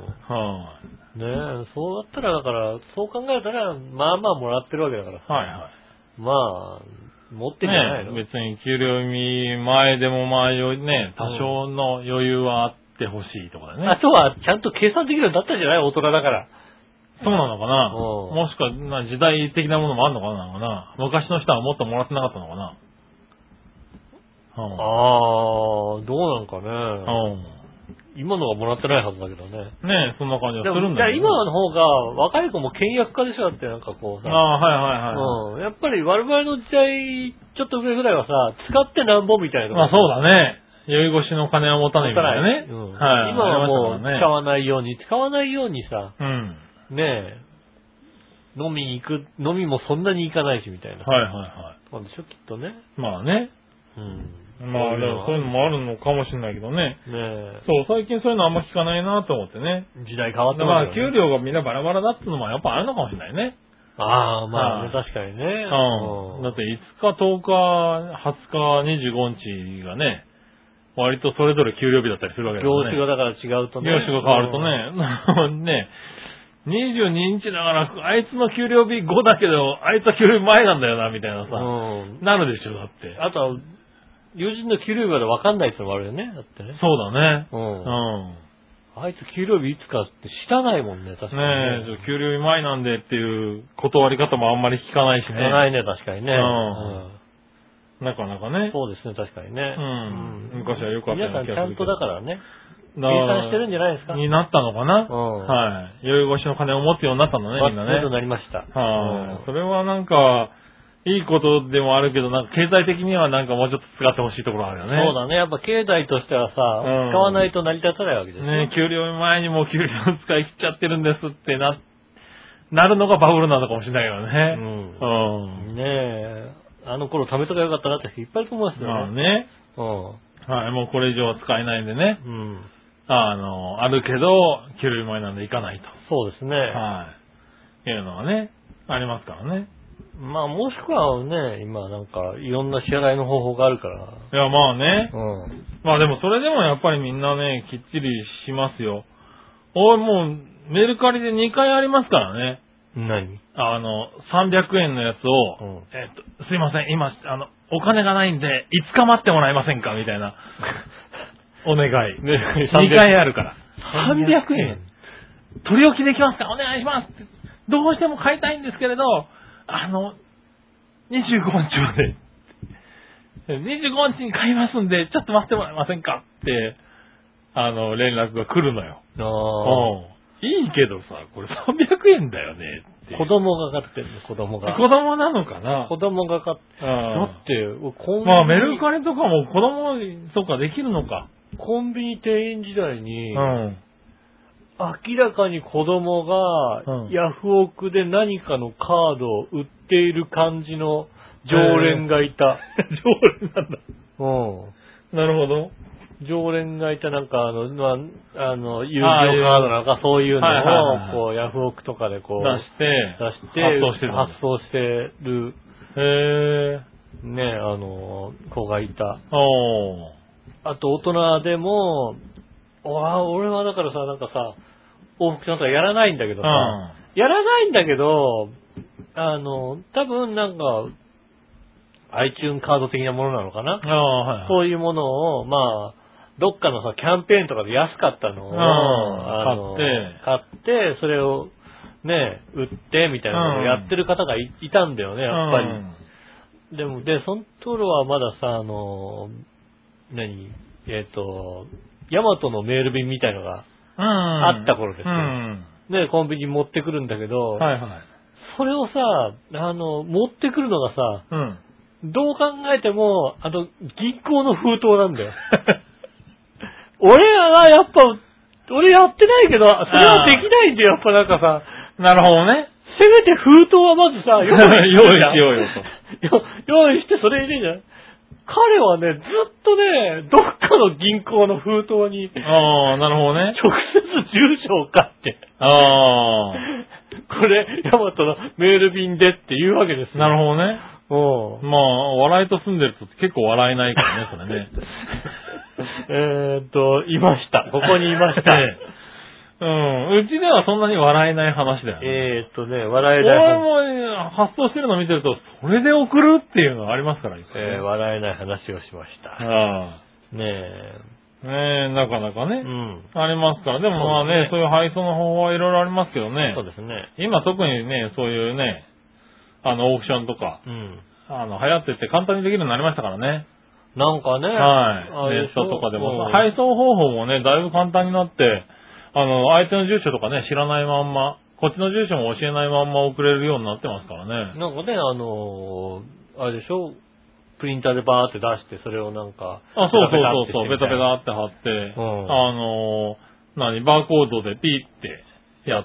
そうだったら、だから、そう考えたら、まあまあもらってるわけだから。まあ、持ってんじゃないの？ 別に給料日前でもまあね、多少の余裕はあってほしいとかだね。 あとは、ちゃんと計算できるようになったんじゃない？大人だから。 そうなのかな？もしくは、時代的なものもあるのかな？昔の人はもっともらってなかったのかな？ どうなんかね。今のはもらってないはずだけどね。 ねえ、そんな感じがするんだけど。今の方が、若い子も倹約家でしょだってなんかこうさ。やっぱり我々の時代、ちょっと上ぐらいはさ、使ってなんぼみたいな。 そうだね。酔い越しの金は持たないみたいなね。 今はもう、使わないようにさ、ねえ、飲みもそんなに行かないしみたいな。そうでしょ、きっとね。 まあね。まあ、そういうのもあるのかもしれないけどね。そう、最近そういうのあんま聞かないなと思ってね。 時代変わってますよね。まあ、給料がみんなバラバラだっていうのもやっぱあるのかもしれないね。 まあね、確かにね。 だって5日、10日、20日、25日がね、割とそれぞれ給料日だったりするわけだよね。業種がだから違うとね。 業種が変わるとね、ね、22日だから、あいつの給料日5だけど、あいつは給料日前なんだよな、みたいなさ、なるでしょ、だって。 あとは、友人の給料日まで分かんないってのもあるよね、だってね。 そうだね。 あいつ給料日いつかって知らないもんね、確かにね。給料日前なんでっていう断り方もあんまり聞かないしね。 聞かないね、確かにね。 なかなかね。 そうですね、確かにね。 昔はよかったような気がする。 皆さんちゃんとだからね。計算してるんじゃないですか。 になったのかな？酔い越しの金を持つようになったのね、みんなね。 なりました。 それはなんか、いいことでもあるけど、なんか経済的にはなんかもうちょっと使ってほしいところあるよね。 そうだね。やっぱ経済としてはさ、使わないと成り立たないわけですね。給料前にもう給料使い切っちゃってるんですってなるのがバブルなのかもしれないよね。 ねえ。あの頃貯めとかよかったなって人いっぱいいると思いますよね。 まあね。もうこれ以上は使えないんでね。あるけど、給料前なんで行かないと。 そうですね。 いうのはね、ありますからね。 まあ、もしくはね、今なんか、いろんな支払いの方法があるから。いや、まあね。まあでもそれでもやっぱりみんなね、きっちりしますよ。もう、メルカリで2回ありますからね。 何 300円のやつを、すいません、今、お金がないんで、5日待ってもらえませんかみたいな。お願い。2回あるから。300円取り置きできますかお願いしますどうしても買いたいんですけれど、25日まで。25日に買いますんで、ちょっと待ってもらえませんかって、連絡が来るのよ。いいけどさ、これ300円だよねっっていう。 子供が買ってるの、子供が。 子供なのかな。 子供が買って。だって、 まあメルカリとかも子供、そうか、できるのか。 コンビニ店員時代に、明らかに子供が、ヤフオクで何かのカードを売っている感じの常連がいた。 常連なんだ。なるほど。 常連がいたなんか遊戯王カードなんかそういうのを、こう、ヤフオクとかでこう、 出して、 発送してる。ね、子がいた。あと、大人でも、俺はだからさ、なんかさ、往復ちゃんとやらないんだけどさ、やらないんだけど、多分なんか、iTunes カード的なものなのかな、そういうものを、まあ、どっかのさ、キャンペーンとかで安かったのを、買って、それをね、売って、みたいなのをやってる方が いたんだよね、やっぱり。でも、その頃はまださ、ヤマトのメール便みたいのがあった頃ですよ。ね、コンビニ持ってくるんだけど、それをさ、持ってくるのがさ、どう考えても、銀行の封筒なんだよ。俺はやっぱ、俺やってないけど、それはできないんだよ、やっぱなんかさ。 なるほどね。 せめて封筒はまずさ、用意しようよと。用意してそれ入れるじゃん。彼はね、ずっとね、どっかの銀行の封筒に、 なるほどね。 直接住所を書いて、これ、ヤマトのメール便でって言うわけですよ。 なるほどね。まあ、笑いと住んでると結構笑えないからね、それね。 いました。ここにいました。 うちではそんなに笑えない話だよね。 笑えない話。 俺も発送してるの見てると、それで送るっていうのがありますから、 笑えない話をしました。 なかなかね。ありますから。でもまあね、そういう配送の方法はいろいろありますけどね。 そうですね。 今特にね、そういうね、オークションとか、流行ってて簡単にできるようになりましたからね。 なんかね。 ネットとかでも。配送方法もね、だいぶ簡単になって、相手の住所とかね、知らないまんま、こっちの住所も教えないまんま送れるようになってますからね。 なんかね、あれでしょ、プリンターでバーって出して、それをなんか、 そう、ベタベタって貼って、バーコードでピーってやって、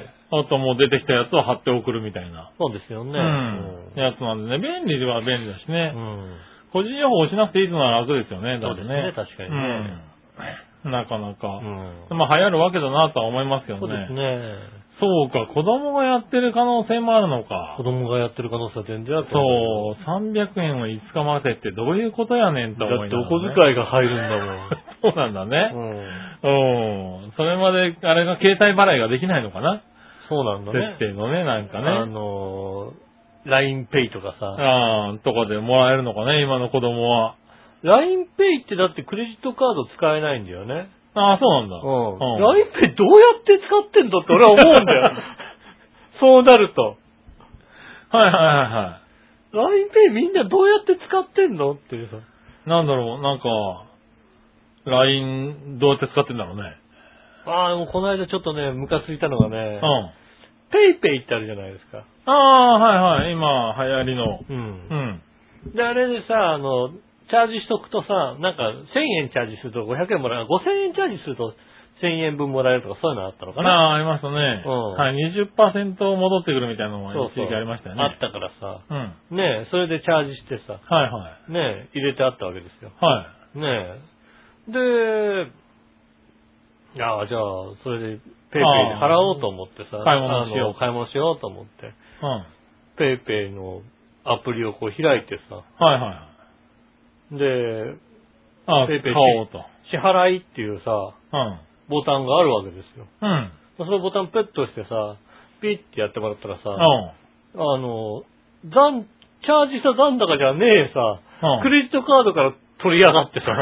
あともう出てきたやつを貼って送るみたいな。 そうですよね。 やつなんでね、便利では便利だしね。個人情報をしなくていいのは楽ですよね、 そうですね、確かにね。 なかなか。まあ流行るわけだなとは思いますけどね。 そうですね。 そうか、子供がやってる可能性もあるのか。 子供がやってる可能性は全然ある。 そう、300円を5日待てってどういうことやねんと思いながら、ね。 だってお小遣いが入るんだもん。 そうなんだね。それまで、あれが携帯払いができないのかな。 そうなんだね。 設定のね、なんかね。 LINEPay とかさ。 とかでもらえるのかね、今の子供は。 LINEPay ってだってクレジットカード使えないんだよね。 そうなんだ。 LINEPay どうやって使ってんだって俺は思うんだよ。そうなると。LINEPay みんなどうやって使ってんのっていうさ。 なんだろう、なんか、LINE どうやって使ってんだろうね。 もうこの間ちょっとね、ムカついたのがね、PayPay ってあるじゃないですか。 今流行りの。 で、あれでさ、チャージしとくとさ、なんか1000円チャージすると500円もらう、5000円チャージすると1000円分もらえるとかそういうのあったのかな。 ありましたね。20% 戻ってくるみたいなのが一時期ありましたよね。 あったからさ、ねえ、それでチャージしてさ、ねえ、入れてあったわけですよ。ねえ。で、じゃあ、それでペイペイで払おうと思ってさ、買い物しようと思って、ペイペイのアプリをこう開いてさ、で、 ペイペイ買おうと。 支払いっていうさ、ボタンがあるわけですよ。そのボタンペットしてさ、ピッてやってもらったらさ、チャージした残高じゃねえさ、クレジットカードから取り上がってさ、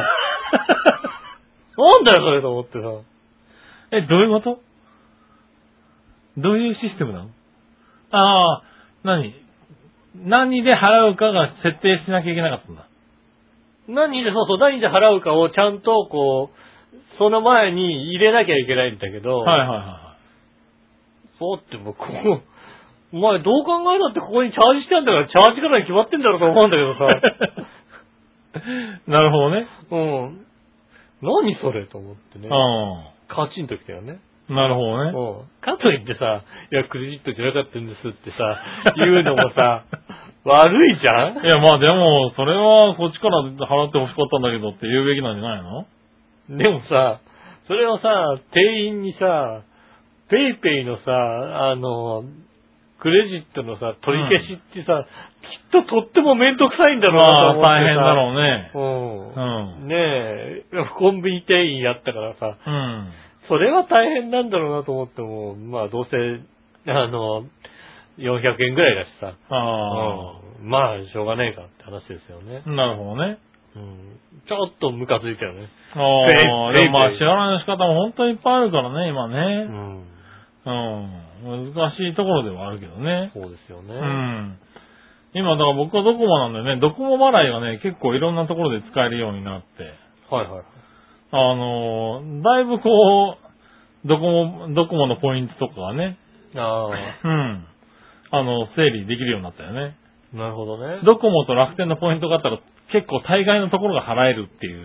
なんだよそれと思ってさ。 どういうこと？どういうシステムなの？何で払うかが設定しなきゃいけなかったんだ。 何で払うかをちゃんとこう、その前に入れなきゃいけないんだけど、そうってもうお前どう考えたってここにチャージしてあるんだから、チャージからに決まってんだろうと思うんだけどさ。 なるほどね。 うん。何それと思ってね。カチンときたよね。 なるほどね。 かといってさ、いや、クレジットじゃなかったんですってさ、言うのもさ、悪いじゃん？ いや、まあでも、それはこっちから払って欲しかったんだけどって言うべきなんじゃないの？ でもさ、それをさ、店員にさ、ペイペイのさ、クレジットのさ、取り消しってさ、きっととってもめんどくさいんだろうなと思ってさ。 大変だろうね。ねえ、コンビニ店員やったからさ、それは大変なんだろうなと思っても、まあどうせ、400円ぐらいだしさ。まあ、しょうがねえかって話ですよね。 なるほどね。 ちょっとムカついたよね。 でもまあ、支払いの仕方も本当にいっぱいあるからね、今ね。難しいところではあるけどね。 そうですよね。 今、だから僕はドコモなんでね、ドコモ払いがね、結構いろんなところで使えるようになって。 はいはい。 だいぶこう、ドコモのポイントとかがね、整理できるようになったよね。 なるほどね。 ドコモと楽天のポイントがあったら結構大概のところが払えるっていう。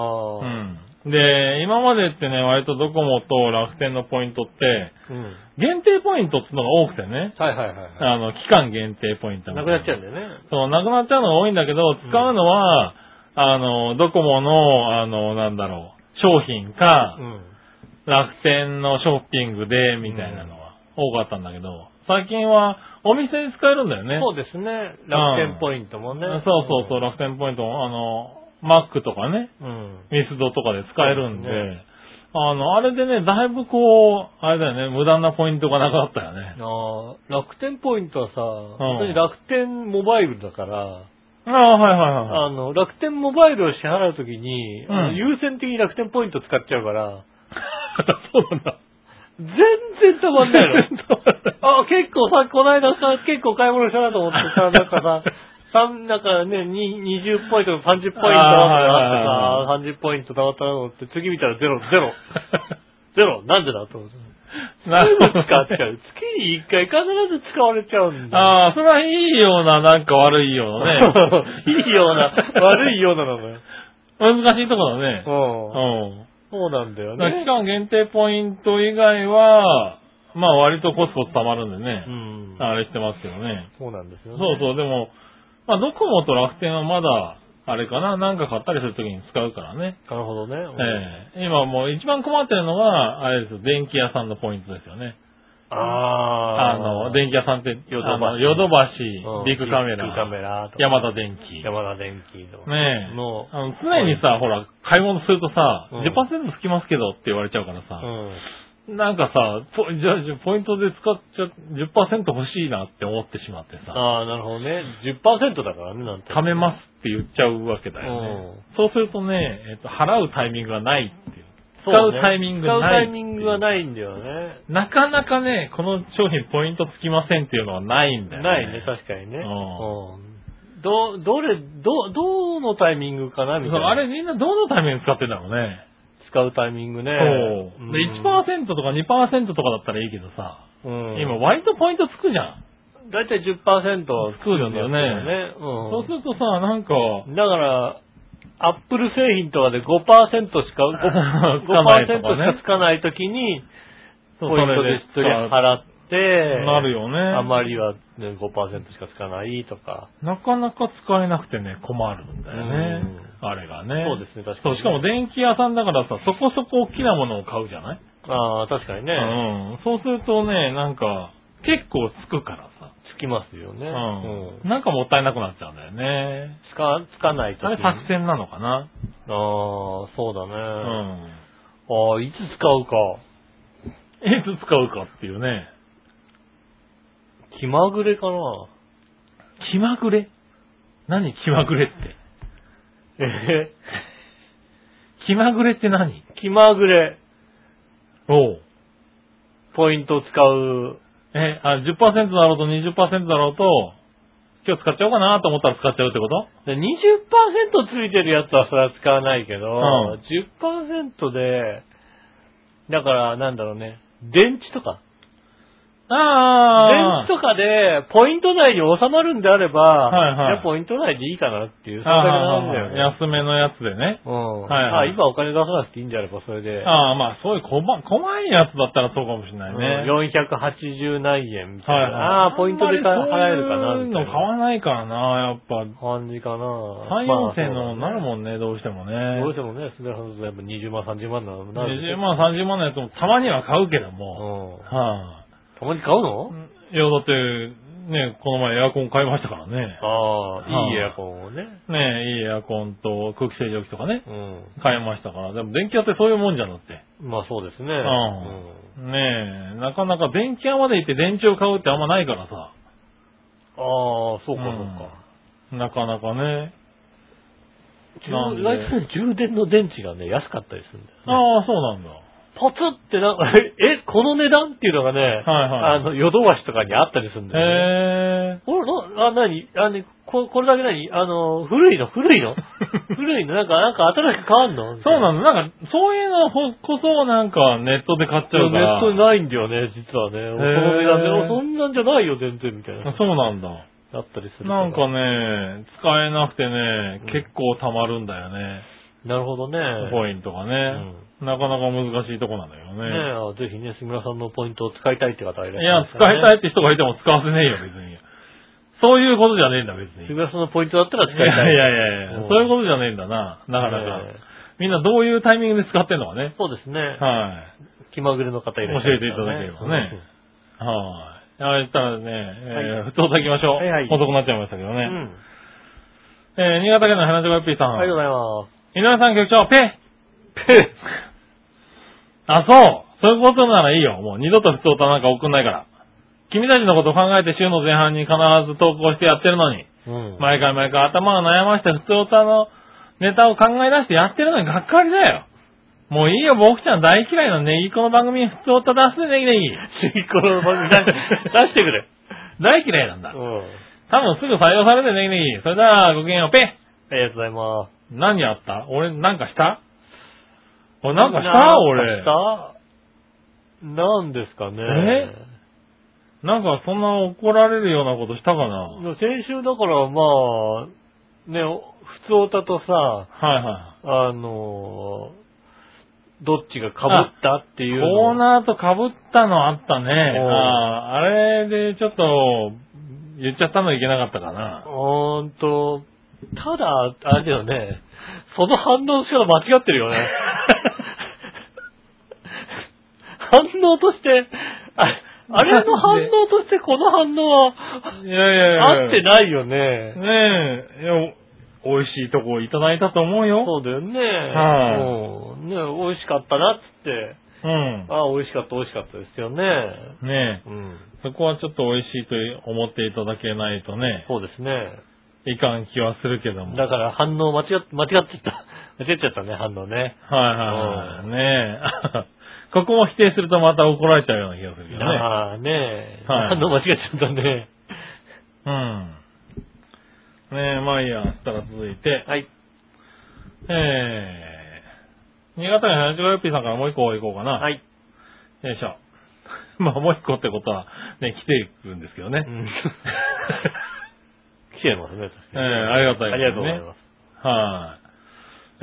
で、今までってね、割とドコモと楽天のポイントって、限定ポイントっていうのが多くてね。期間限定ポイントなくなっちゃうんだよね。 そう、なくなっちゃうのが多いんだけど、使うのは、ドコモの、商品か、楽天のショッピングで、みたいなのが多かったんだけど、最近はお店で使えるんだよね。 そうですね。楽天ポイントもね。 そう、楽天ポイントも、マックとかね、ミスドとかで使えるんで、あれでね、だいぶこう、あれだよね、無駄なポイントがなくなったよね。 楽天ポイントはさ、本当に楽天モバイルだから、楽天モバイルを支払うときに、優先的に楽天ポイント使っちゃうから、 そうなんだ。 全然たまんないの。結構さ、この間さ、結構買い物したなと思ってさ、なんかさ、なんかね、20ポイント、30ポイントあってさ、30ポイントたまったなと思って、次見たらゼロ。なんでだと思って。すぐ使っちゃう。月に1回必ず使われちゃうんだ。 それはいいような、なんか悪いようなね。 いいような、悪いようなのね。 難しいところだね。 そうなんだよね。 期間限定ポイント以外は、まあ割とコツコツ溜まるんでね。あれしてますけどね。 そうなんですよね。 そう、でも、まあドコモと楽天はまだ、あれかな、なんか買ったりするときに使うからね。 なるほどね。 今もう一番困ってるのが、あれですよ、電気屋さんのポイントですよね。電気屋さんって、ヨドバシ、ビッグカメラ、ヤマダ電機。ねえ。常にさ、ほら、買い物するとさ、10% つきますけどって言われちゃうからさ、なんかさ、じゃあポイントで使っちゃ、10% 欲しいなって思ってしまってさ。 なるほどね。10% だからね、なんて。 貯めますって言っちゃうわけだよね。そうするとね、払うタイミングがないっていう。使うタイミングがないんだよね。 なかなかね、この商品ポイントつきませんっていうのはないんだよね。 ないね、確かにね。どのタイミングかなみたいな。 あれみんなどのタイミング使ってんだろうね。 使うタイミングね。 そう。で、1% とか 2% とかだったらいいけどさ、今割とポイントつくじゃん。 だいたい 10% つくんだよね。そうするとさ、なんか。 だから、アップル製品とかで 5% しか、5% しかつかないときに、ポイントで払って、 なるよね。 あまりは、ね、5% しかつかないとか。 なかなか使えなくてね、困るんだよね。あれがね。 そうですね、確かに。 しかも電気屋さんだからさ、そこそこ大きなものを買うじゃない？ 確かにね。 そうするとね、なんか、結構つくからさ。 つきますよね。 なんかもったいなくなっちゃうんだよね。 つかないときに。 あれ作戦なのかな？ そうだね。いつ使うか。 いつ使うかっていうね。 気まぐれかな？ 気まぐれ？何気まぐれって。気まぐれって何？ 気まぐれ。 ポイントを使う。 10% だろうと 20% だろうと、今日使っちゃおうかなと思ったら使っちゃうってこと？ 20% ついてるやつはそれは使わないけど、10% で、だからなんだろうね、電池とか。 電池とかで、ポイント内に収まるんであれば、じゃあポイント内でいいかなっていう、それだけなんだよね。 安めのやつでね。 今お金出さなくていいんであれば、それで。 まあ、そういう細いやつだったらそうかもしれないね。 480何円みたいな。ポイントで払えるかなみたいな。 そういうの買わないからな、やっぱ。 感じかな。 3、4千のなるもんね、どうしてもね。 どうしてもね、それはやっぱ20万、30万なの。 20万、30万のやつもたまには買うけども。 たまに買うの？ いや、だって、ね、この前エアコン買いましたからね。 いいエアコンをね。 いいエアコンと空気清浄機とかね。買いましたから。でも電気屋ってそういうもんじゃなくて。 まあそうですね。 なかなか電気屋まで行って電池を買うってあんまないからさ。 そうか。 なかなかね。 意外と充電の電池がね、安かったりするんだよね。そうなんだ。 ポツってなんか、この値段っていうのがね、ヨドバシとかにあったりするんだよね。これだけ古いの古いのなんか新しく変わんのそうなの。なんか、そういうのこそなんかネットで買っちゃうから。 ネットにないんだよね、実はね。この値段で、そんなんじゃないよ、全然、みたいな。 そうなんだ。 だったりする。 なんかね、使えなくてね、結構溜まるんだよね。 なるほどね。 ポイントがね。なかなか難しいとこなんだよね。 ぜひね、杉村さんのポイントを使いたいって方がいらっしゃる。 いや、使いたいって人がいても使わせねえよ、別に。そういうことじゃねえんだ、別に。 杉村さんのポイントだったら使いたい。 いや、そういうことじゃねえんだな、なかなか。みんなどういうタイミングで使ってんのかね。 そうですね。気まぐれの方いらっしゃる。 教えていただければね。はい。したらね、普通と行きましょう。遅くなっちゃいましたけどね。新潟県の花城Pさん。 ありがとうございます。 井上さん局長、ペそういうことならいいよ。もう二度と普通歌なんか送んないから。君たちのことを考えて週の前半に必ず投稿してやってるのに。毎回頭が悩まして普通歌のネタを考え出してやってるのにがっかりだよ。もういいよ、僕ちゃん大嫌いなネギコの番組に普通歌出すね、ネギ。 ネギコの番組出してくれ。 大嫌いなんだ。多分すぐ採用されるね、ネギ。それではごきげんよう、ペありがとうございます。 何やった俺なんかしたなんかした俺。 なんですかね。 なんかそんな怒られるようなことしたかな。 先週だからね、普通歌とさ、どっちが被ったっていうコーナーと被ったのあったね。あれでちょっと言っちゃったのいけなかったかな。 ただ、あれだよね、その反応の仕方間違ってるよね。反応として、あれの反応としてこの反応は、合ってないよね。 美味しいとこいただいたと思うよ。 そうだよね。美味しかったなっつって。美味しかったですよね。 そこはちょっと美味しいと思っていただけないとね。 そうですね。 いかん気はするけども。 だから反応間違っちゃった。間違っちゃったね、反応ね。 ここも否定するとまた怒られちゃうような気がするけどね。 反応間違っちゃったね。 まあいいや、したら続いて。 はい。 新潟県花城よっぴーさんからもう一個行こうかな。 はい。 よいしょ。まあもう一個ってことは、ね、来ていくんですけどね。 来てますね、確かに。 ありがたいですね。 ありがとうございます。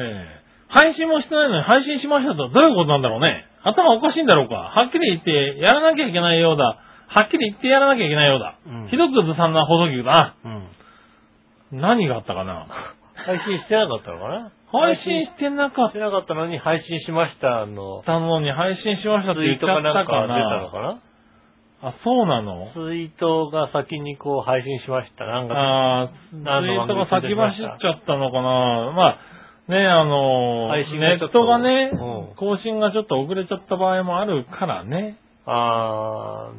配信もしてないのに配信しましたとどういうことなんだろうね。頭おかしいんだろうか。はっきり言ってやらなきゃいけないようだ。はっきり言ってやらなきゃいけないようだ。ひどくずさんな放送局だな。何があったかな。 配信してなかったのかな。 配信してなかったのに配信しました配信しましたって言っちゃったかな。 出たのかな。 そうなの？ ツイートが先に配信しました。 ツイートが先走っちゃったのかな。まあ、ね、ネットがね、更新がちょっと遅れちゃった場合もあるからね。 ま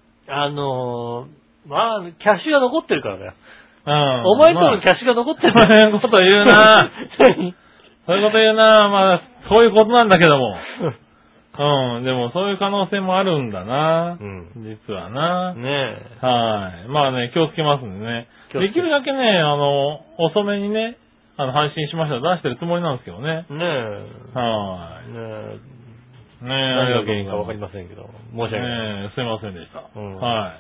あ、キャッシュが残ってるからだよ。お前とのキャッシュが残ってる。 そういうこと言うな。そういうこと言うな。まあ、そういうことなんだけども。でもそういう可能性もあるんだな。実はな。まあね、気をつけますんでね。できるだけね、遅めにね、配信しましたら出してるつもりなんですけどね。 何が原因かわかりませんけど、申し訳ない。 すいませんでした。はい。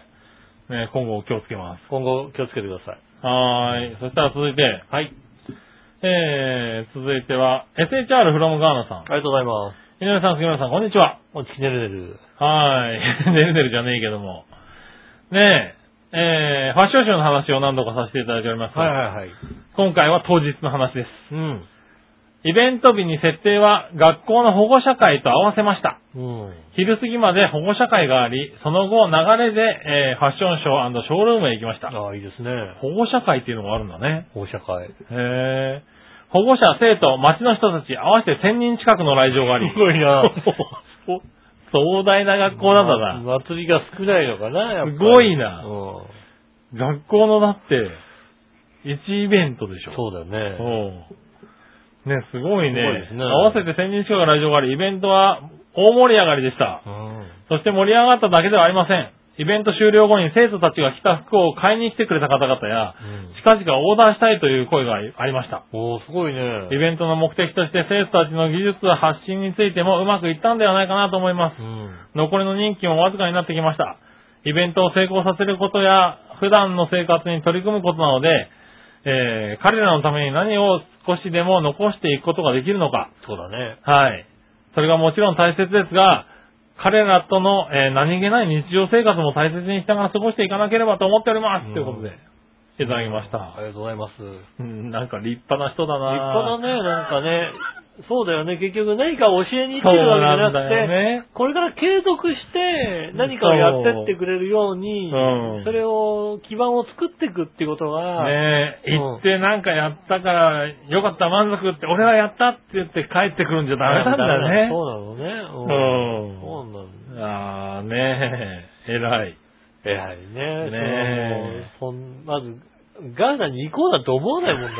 ね、今後気をつけます。 今後気をつけてください。 はーい。そしたら続いて。 はい。 続いては、SHR from ガーナさん。 ありがとうございます。 井上さん、杉村さん、こんにちは。 おちきねるねる。 はーい。ねるねるじゃねえけども。ねえ、ファッションショーの話を何度かさせていただいております。 はいはいはい。 今回は当日の話です。 うん。 イベント日に設定は学校の保護者会と合わせました。 うん。 昼過ぎまで保護者会があり、その後流れで、ファッションショー&ショールームへ行きました。 ああ、いいですね。 保護者会っていうのがあるんだね。 保護者会。 保護者、生徒、町の人たち合わせて1000人近くの来場があり。 すごいな。 壮大な学校なんだな。 祭りが少ないのかな、やっぱり。 すごいな。学校のだって、1イベントでしょ。 そうだよね。 ね、すごいね。 すごいですね。 合わせて1000人近く来場があり、イベントは大盛り上がりでした。そして盛り上がっただけではありません。イベント終了後に生徒たちが着た服を買いに来てくれた方々や、近々オーダーしたいという声がありました。 おー、すごいね。 イベントの目的として生徒たちの技術発信についてもうまくいったんではないかなと思います。残りの任期もわずかになってきました。イベントを成功させることや、普段の生活に取り組むことなので、彼らのために何を少しでも残していくことができるのか。 そうだね。 はい。それがもちろん大切ですが、彼らとの、何気ない日常生活も大切にしながら過ごしていかなければと思っております。ということで、いただきました。 ありがとうございます。 なんか立派な人だな。 立派だね、なんかね。そうだよね。結局何か教えに行ってるわけじゃなくて、ね、これから継続して何かをやってってくれるように、それを、基盤を作っていくっていうことが。 ねえ、行ってなんかやったから、よかった、満足って、俺はやったって言って帰ってくるんじゃダメなんだね。 そうなのね。そうなんだ。 ああ、ねえ、偉い。 偉いね。ねまず、ガーナに行こうなんて思わないもんだって。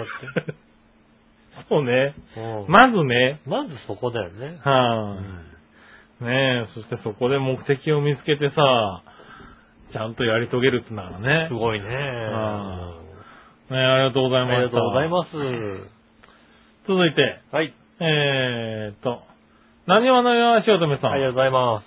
そうね。まずね。 まずそこだよね。 ねえ、そしてそこで目的を見つけてさ、ちゃんとやり遂げるってならね。 すごいね。ねえ、ありがとうございます。 ありがとうございます。 続いて。 はい。 なにわのよしおとめさん。 ありがとうございます。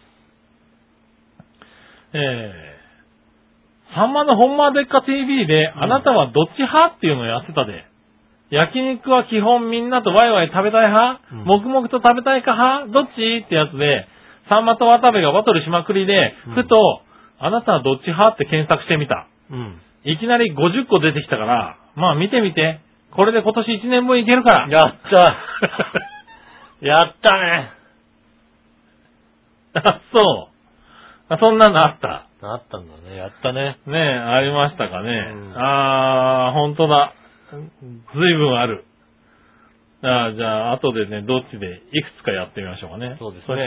さんまのほんまでっか TV で、あなたはどっち派っていうのをやってたで。焼肉は基本みんなとワイワイ食べたい派、黙々と食べたいか派どっちってやつで、さんまと渡部がバトルしまくりで、ふと、あなたはどっち派って検索してみた。いきなり50個出てきたから、まあ見てみて。これで今年1年分いけるから。 やったやったね。 あ、そう。そんなのあった。 あったんだね。やったね。 ねえ、ありましたかね。ほんとだ。ずいぶんある。じゃあ、後でね、どっちでいくつかやってみましょうかね。 そうですね。 そして、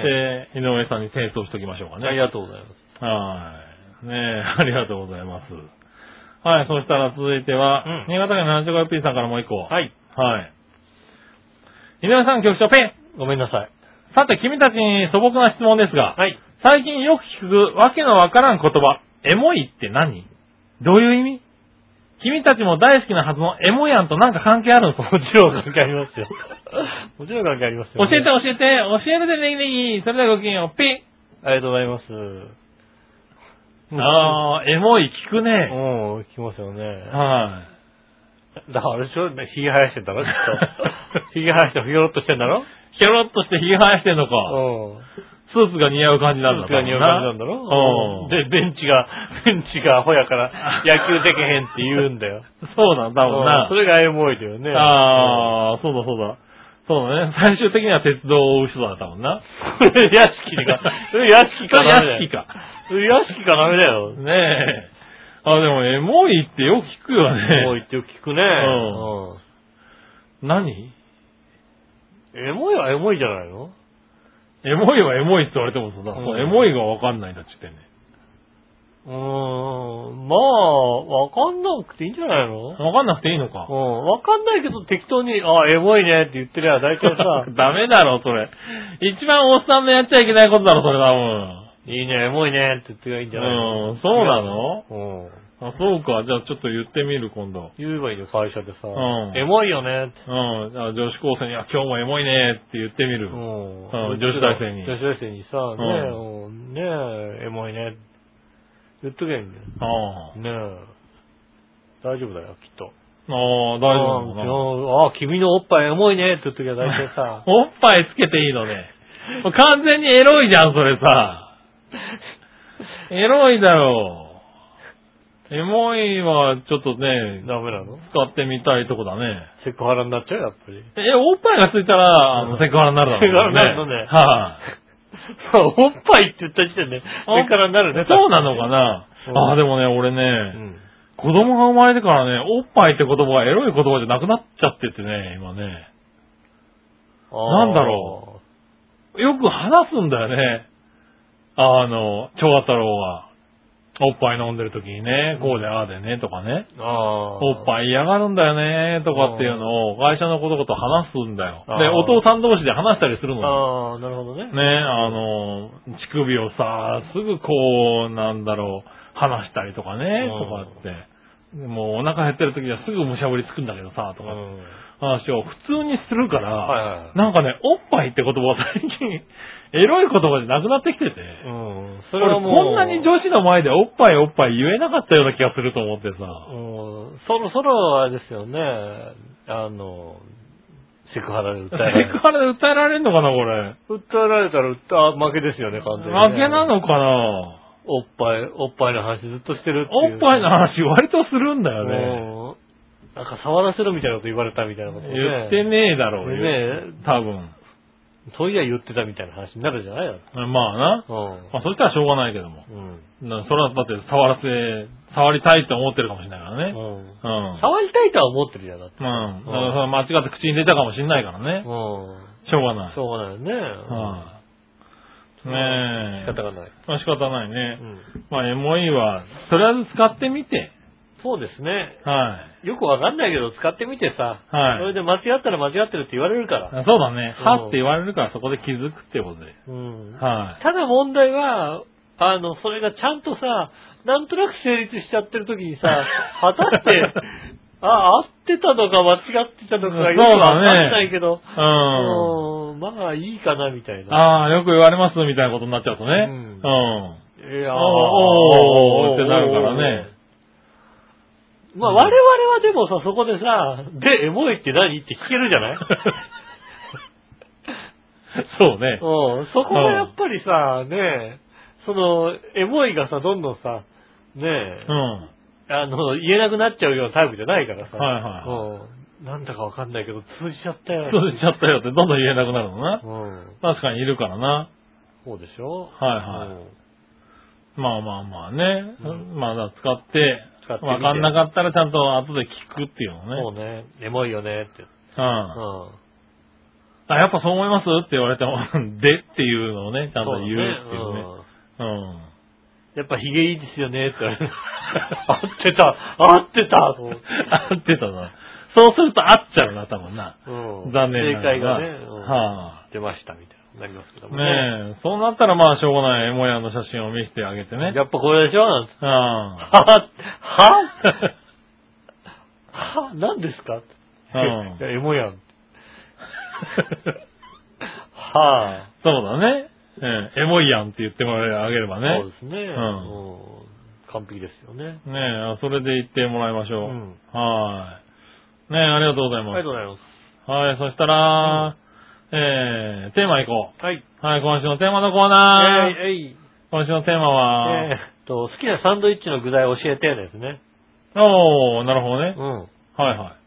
井上さんに転送しておきましょうかね。 ありがとうございます。 はい。ねえ、ありがとうございます。はい、そしたら続いては、新潟県の 75P さんからもう一個。 はい。 はい。井上さん局長、ペン。 ごめんなさい。 さて、君たちに素朴な質問ですが、 はい。 最近よく聞くわけのわからん言葉、エモいって何？どういう意味？君たちも大好きなはずのエモヤンとなんか関係あるの？ もちろん関係ありますよ。もちろん関係ありますよ、ね。 教えてでネギネギ。それではごきげんよう。ピッ。 ありがとうございます。 エモい聞くね。 聞きますよね。 はい。 だからあれでしょ、ひげ生やしてんだろきっと。ひげ生やしてひょろっとしてんだろひょろっとしてひげ生やしてんのか。スーツが似合う感じなんだろ。 スーツが似合う感じなんだろ。で、ベンチがほやから野球でけへんって言うんだよ。 そうなんだもんな。 それがエモいだよね。 そうだ。そうだね。最終的には鉄道を追う人だったもんな。 屋敷か。屋敷かダメだよ。 ねえ。でもエモいってよく聞くよね。 エモいってよく聞くね。 何？ エモいはエモいじゃないの？ エモいはエモいって言われてもさ、エモいがわかんないんだって言ってんね。 まあ、わかんなくていいんじゃないの？ わかんなくていいのか。 わかんないけど適当に、エモいねって言ってりゃ大体さ。 ダメだろ、それ。一番おっさんのやっちゃいけないことだろ、それだもん。 いいね、エモいねって言ってりゃいいんじゃないの？ そうなの？ あ、そうか。じゃあちょっと言ってみる、今度。 言えばいいよ、会社でさ。エモいよねって。 女子高生に、今日もエモいねって言ってみる。女子大生に。 女子大生にさ、ねえ、エモいね。言っとけばいいんだよ。ねえ。大丈夫だよ、きっと。 大丈夫だな。君のおっぱいエモいねって言っときゃ大体さ。 おっぱいつけていいのね。完全にエロいじゃん、それさ。エロいだろう。エモいはちょっとね、 ダメなの？ 使ってみたいとこだね。 セクハラになっちゃうやっぱり。 おっぱいがついたら、セクハラになるだろうね。 セクハラになるのね。 はい、 おっぱいって言った時点で、セクハラになるね。 そうなのかな。でもね、俺ね、子供が生まれてからね、おっぱいって言葉がエロい言葉じゃなくなっちゃっててね、今ね。なんだろう。よく話すんだよね。長和太郎が。おっぱい飲んでる時にね、こうでああでね、とかね。おっぱい嫌がるんだよね、とかっていうのを会社のことと話すんだよ。で、お父さん同士で話したりするの。 なるほどね。 ね、乳首をさ、すぐこう、話したりとかね、とかって。もうお腹減ってる時にはすぐむしゃぶりつくんだけどさ、とか。話を普通にするから、なんかね、おっぱいって言葉は最近、エロい言葉じゃなくなってきてて、 それはもうこんなに女子の前でおっぱいおっぱい言えなかったような気がすると思ってさ。 そろそろあれですよね、セクハラで訴えられる。 セクハラで訴えられるのかな、これ。 訴えられたら負けですよね、完全に、ね。 負けなのかな。 おっぱいの話ずっとしてるっていう。 おっぱいの話割とするんだよね。 なんか触らせろみたいなこと言われたみたいなことね。 言ってねえだろうよ。 ねえ。 多分。 そういや言ってたみたいな話になるじゃないよ。 まあな。そしたらしょうがないけども。それはだって触りたいって思ってるかもしれないからね。 触りたいとは思ってるじゃん、だって。 だから間違って口に出たかもしれないからね。しょうがない。 しょうがないよね。 ねえ。 仕方がない。 仕方ないね。エモいは、とりあえず使ってみて。 そうですね。 はい。 よくわかんないけど使ってみてさ。はい。それで間違ったら間違ってるって言われるから。 そうだね。はって言われるからそこで気づくってことで。 はい。ただ問題は、それがちゃんとさ、なんとなく成立しちゃってる時にさ、果たして、合ってたのか間違ってたのかよくわかんないけど、まあいいかなみたいな。 よく言われますみたいなことになっちゃうとね。 いやってなるからね。 まあ我々はでもさ、そこでさ、エモいって何って聞けるじゃないそうね。 そこがやっぱりさ、ね、エモいがさ、どんどんさ、ね言えなくなっちゃうようなタイプじゃないからさ。なんだかわかんないけど、通じちゃったよ。 通じちゃったよってどんどん言えなくなるのな。確かにいるからな。 そうでしょ。 まあね。使って、わかんなかったらちゃんと後で聞くっていうのね。 そうね。エモいよねって。 やっぱそう思いますって言われても、でっていうのをね、ちゃんと言うっていうね。 やっぱヒゲいいですよねって言われて。合ってたな。そうすると合っちゃうな、多分な。残念な正解がね、出ましたみたいななりますけどもね。そうなったらしょうがないエモヤの写真を見せてあげてね。 やっぱこれでしょなんて。何ですかエモヤン。 そうだね。エモいやんって言ってもらえあげればね。 そうですね。完璧ですよね。 それで言ってもらいましょう。はい。ありがとうございます。 ありがとうございます。 はい、そしたら、テーマいこう。 はい。 はい、今週のテーマのコーナー。今週のテーマは、 好きなサンドイッチの具材教えてですね。 なるほどね。はいはい。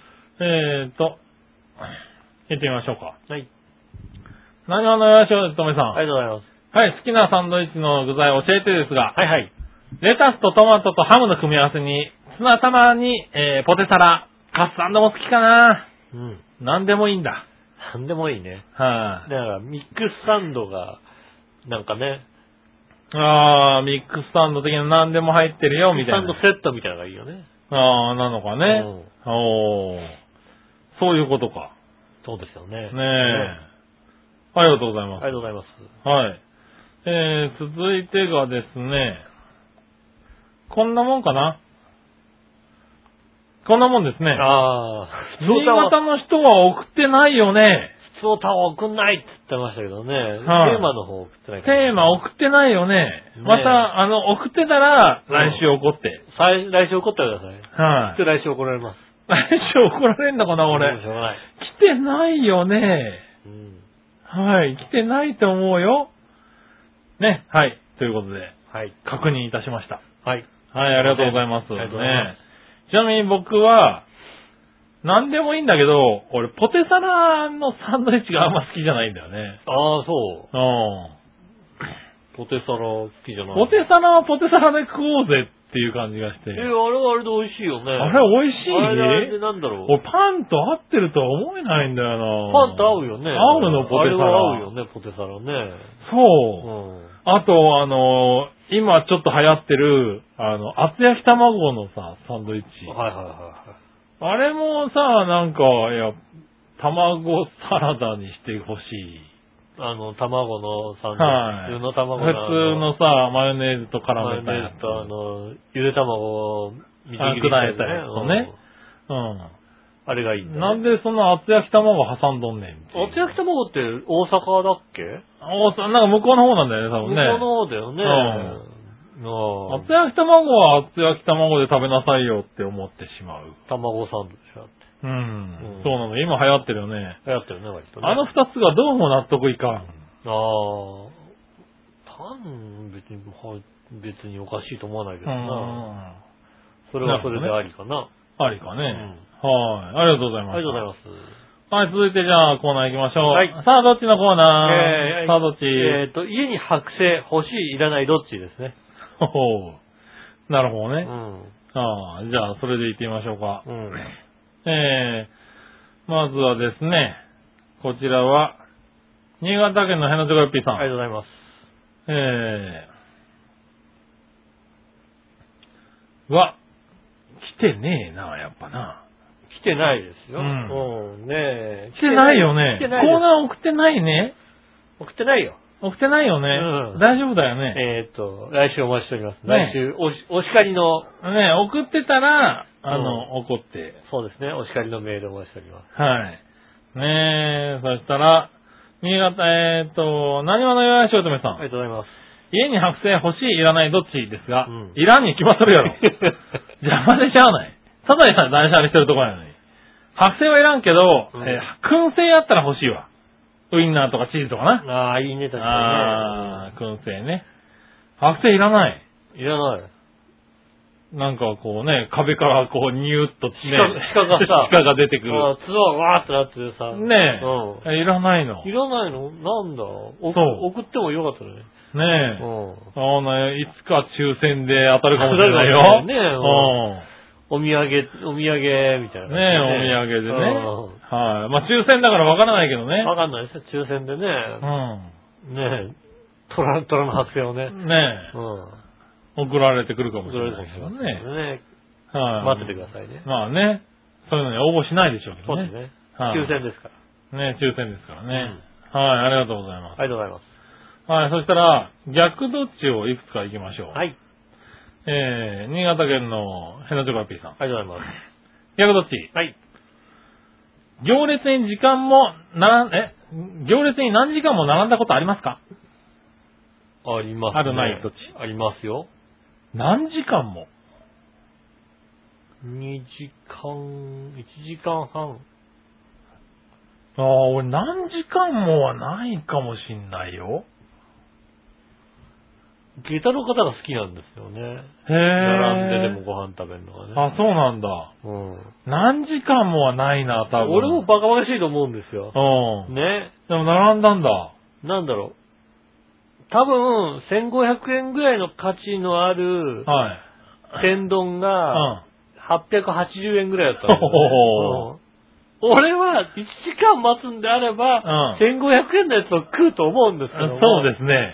行ってみましょうか。 はい。 何話のよしおとめさん。 ありがとうございます。 はい、好きなサンドイッチの具材教えてですが。 はいはい。 レタスとトマトとハムの組み合わせに、ツナ玉に、ポテサラ、カツサンドも好きかな。何でもいいんだ。 何でもいいね。 はい。 だから、ミックスサンドが、なんかね。 ミックスサンド的な何でも入ってるよ、みたいな。 サンドセットみたいなのがいいよね。 なのかね。そういうことか。 そうですよね。 ありがとうございます。 ありがとうございます。 はい。続いてがですね、こんなもんかな。 こんなもんですね。新潟の人は送ってないよね。 普通のタワー送んないって言ってましたけどね。テーマの方送ってないから。テーマ送ってないよね。また、送ってたら、来週怒って。 来週怒ってください。来週怒られます。 来週怒られんのかな、俺。 しょうがない。 来てないよね。はい、来てないと思うよ。ね、はい。ということで、確認いたしました。はい。はい、ありがとうございます。ちなみに僕は、何でもいいんだけど、俺、ポテサラのサンドイッチがあんま好きじゃないんだよね。 そう。ポテサラ好きじゃない。 ポテサラはポテサラで食おうぜっていう感じがして。 あれはあれで美味しいよね。 あれ美味しい？ あれでなんだろう。 俺パンと合ってるとは思えないんだよな。 パンと合うよね。 合うの、ポテサラ。 あれは合うよね、ポテサラね。 そう。あと、今ちょっと流行ってる、厚焼き卵のさ、サンドイッチ。あれもさ、なんか、卵サラダにしてほしい。 卵のサンドイッチ。普通の卵普通のさ、マヨネーズと絡めたやつ。 ゆで卵を水切りしたやつとね。 あれがいいんだ。 なんでその厚焼き卵挟んどんねん。 厚焼き卵って大阪だっけ？ なんか向こうの方なんだよね、多分ね。 向こうの方だよね。 厚焼き卵は厚焼き卵で食べなさいよって思ってしまう。 卵サンドでしょ。 そうなの。今流行ってるよね。 流行ってるね、割とね。 二つがどうも納得いかん。 パン、別におかしいと思わないけどな。それはそれでありかな。 ありかね。はい。ありがとうございます。 ありがとうございます。 はい、続いてじゃあコーナー行きましょう。はい。さあ、どっちのコーナーさあ、どっち家に剥製、欲しい、いらない、どっちですね。 なるほどね。じゃあ、それで行ってみましょうか。まずはですね、こちらは、新潟県のヘナチョコヨッピーさん。 ありがとうございます。 来てねえな、やっぱな。 来てないですよ。 ねえ。来てないよね。コーナー送ってないね。 送ってないよ。 送ってないよね。大丈夫だよね。 来週お待ちしております。来週、お叱りの。 ね、送ってたら、怒って。 そうですね。お叱りのメールをお待ちしております。 はい。ねえ、そしたら、新潟、何話のよやしおとめさん。 ありがとうございます。 家に剥製欲しい、いらないどっちですが、いらんに決まっとるやろ。邪魔でしゃあない。ただでさえ断捨離してるところやのに。剥製はいらんけど、燻製やったら欲しいわ。ウインナーとかチーズとかな。 いいね、確かにね。燻製ね。剥製いらない。 いらない。 なんかこうね、壁からこうニューッとね、 鹿が出てくる。 ツアーわーってなってさ。 ねえ。いらないの。 いらないのなんだ。送ってもよかったね。 ねえ。いつか抽選で当たるかもしれないよ。 ねえ。お土産みたいな。 ねえ、お土産でね。はい。まあ抽選だからわからないけどね。 わかんないですよ、抽選でね。ねえ、虎の剥製をね。 ねえ。送られてくるかもしれないけどね。 待っててくださいね。 まあね。そういうのに応募しないでしょうけどね。 そうですね。抽選ですから。 ね、抽選ですからね。はい、ありがとうございます。 ありがとうございます。 はい、そしたら、逆どっちをいくつか行きましょう。 はい。 新潟県のヘナチョコラピーさん。 ありがとうございます。 逆どっち？ はい。 行列に何時間も並んだことありますか？ ありますね。 あるないどっち？ ありますよ。 何時間も 2時間、1時間半。 俺何時間もはないかもしんないよ。 下駄の方が好きなんですよね。 並んででもご飯食べるのがね。 そうなんだ。何時間もはないな、多分。 俺もバカバカしいと思うんですよ。ね。 でも並んだんだ。 なんだろう。多分、1500円ぐらいの価値のある、天丼が、880円ぐらいだったんですよ。俺は1時間待つんであれば、1500円のやつを食うと思うんですけども。 そうですね。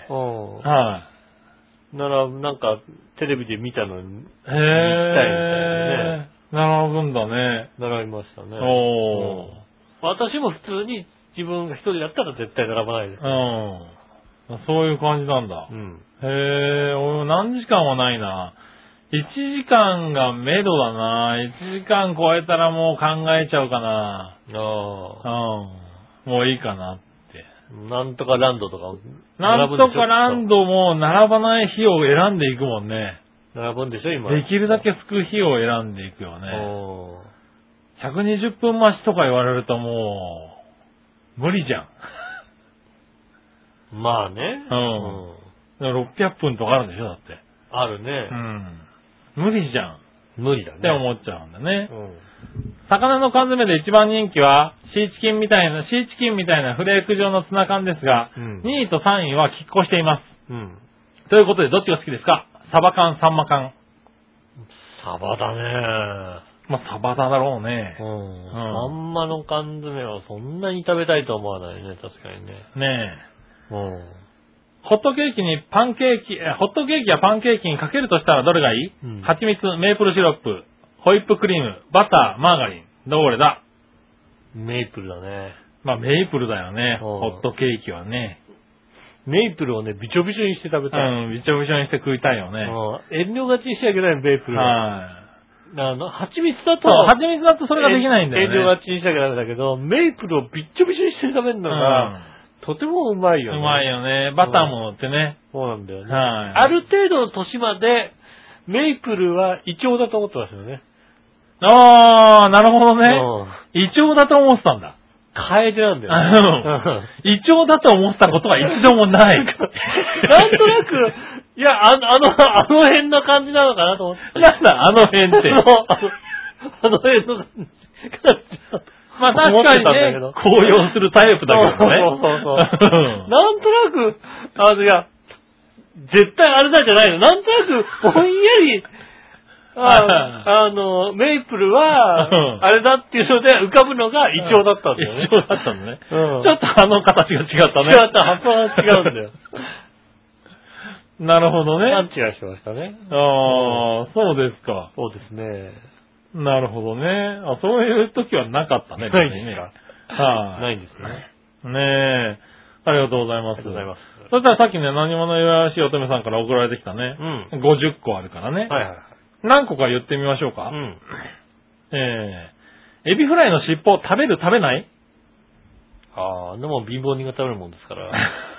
なら、なんか、テレビで見たのに、行きたいみたいね。並ぶんだね。 並びましたね。私も普通に自分が一人だったら絶対並ばないです。 そういう感じなんだ。俺何時間はないな。 1時間がめどだな。1時間超えたらもう考えちゃうかな。もういいかなって。 なんとかランドとかなんとかランドも並ばない日を選んでいくもんね。 並ぶんでしょ、今。 できるだけすく日を選んでいくよね。120分待ちとか言われるともう、無理じゃん。 まあね。 600分とかあるんでしょ、だって。 あるね。 無理じゃん。 無理だね。 って思っちゃうんだね。魚の缶詰で一番人気は、シーチキンみたいなフレーク状のツナ缶ですが、2位と3位は拮抗しています。ということで、どっちが好きですか？サバ缶、サンマ缶。 サバだね。 まあ、サバだろうね。 サンマの缶詰はそんなに食べたいと思わないね、確かにね。 ねえ。ホットケーキやパンケーキにかけるとしたらどれがいい？蜂蜜、メープルシロップ、ホイップクリーム、バター、マーガリン。どれだ？ メイプルだね。 まあ、メイプルだよね。ホットケーキはね。 メイプルをね、びちょびちょにして食べたい。 びちょびちょにして食いたいよね。 遠慮がちにしちゃいけない、メイプルは。蜂蜜だとそれができないんだよね。 遠慮がちにしちゃいけないんだけど、メイプルをびっちょびちょにして食べるのが、とてもうまいよね。 うまいよね。バターも乗ってね。 そうなんだよね。ある程度の年まで、メイプルはイチョウだと思ってますよね。 なるほどね。イチョウだと思ってたんだ。 カエデなんだよ。 イチョウだと思ってたことは一度もない。 なんとなく、いや、あの辺の感じなのかなと思って。 なんだ、あの辺って。 あの辺の感じ。 まあ確かにね、高揚するタイプだけどね。 そう。なんとなく、いや、絶対あれだじゃないの。なんとなく、ぼんやり、メイプルは、あれだっていうので浮かぶのがイチョウだったんだよね。 イチョウだったのね。ちょっとあの形が違ったね。 違った、葉っぱが違うんだよ。 なるほどね。 勘違いしましたね。 そうですか。 そうですね。 なるほどね。そういう時はなかったね。 ないんですか。ないんですね。 ねえ。ありがとうございます。 ありがとうございます。 そしたらさっきね、何者よやしい乙女さんから送られてきたね。50個あるからね。何個か言ってみましょうか。エビフライの尻尾食べる食べない？ でも貧乏人が食べるもんですから。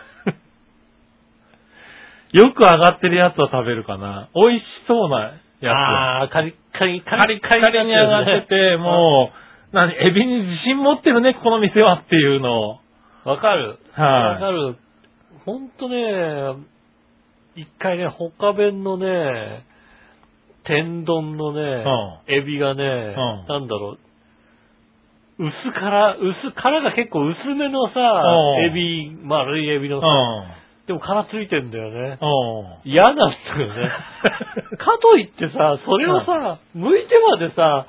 よく上がってるやつは食べるかな。美味しそうなやつ。 カリカリに上がってて、もう、エビに自信持ってるね、この店はっていうのを。 わかる。 わかる。ほんとね、一回ね、他弁のね、天丼のね、エビがね、なんだろう、殻が結構薄めのさ、エビ、丸いエビのさ、でも殻ついてんだよね。嫌なんだよね。かといってさ、それをさ、剥いてまでさ、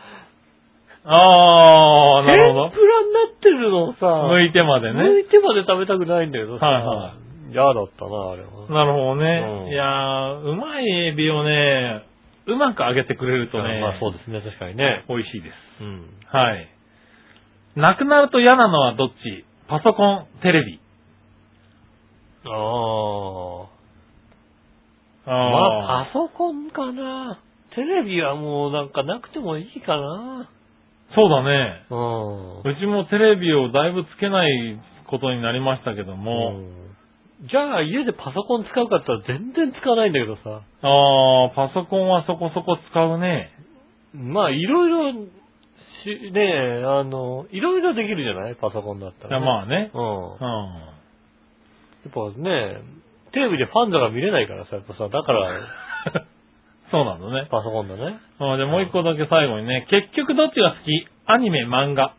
なるほど。 天ぷらになってるのをさ、 剥いてまでね。 剥いてまで食べたくないんだけどさ、嫌だったな、あれは。 なるほどね。いやー、うまいエビをね、うまく揚げてくれるとね。 そうですね、確かにね。 美味しいです。はい。なくなると嫌なのはどっち？パソコン、テレビ。 パソコンかな。テレビはもうなんかなくてもいいかな。 そうだね。うちもテレビをだいぶつけないことになりましたけども。 じゃあ家でパソコン使うかって言ったら全然使わないんだけどさ。 パソコンはそこそこ使うね。 まあいろいろ、いろいろできるじゃないパソコンだったら、ね。 まあね。 やっぱね、テレビでファンザが見れないからさ、やっぱさ、だから、 そうなんだね。 パソコンだね。 で、もう一個だけ最後にね、結局どっちが好き？アニメ、漫画。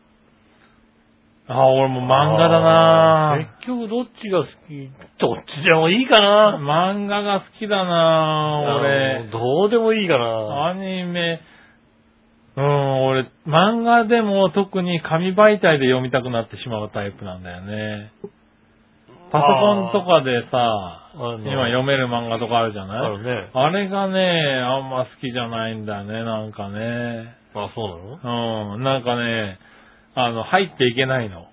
俺も漫画だな結局どっちが好き？どっちでもいいかな。 漫画が好きだな俺。 どうでもいいかな。 アニメ、俺、漫画でも特に紙媒体で読みたくなってしまうタイプなんだよね。パソコンとかでさ、今読める漫画とかあるじゃない？あれがね、あんま好きじゃないんだよね、なんかね。 そうなの？ なんかね、入っていけないの。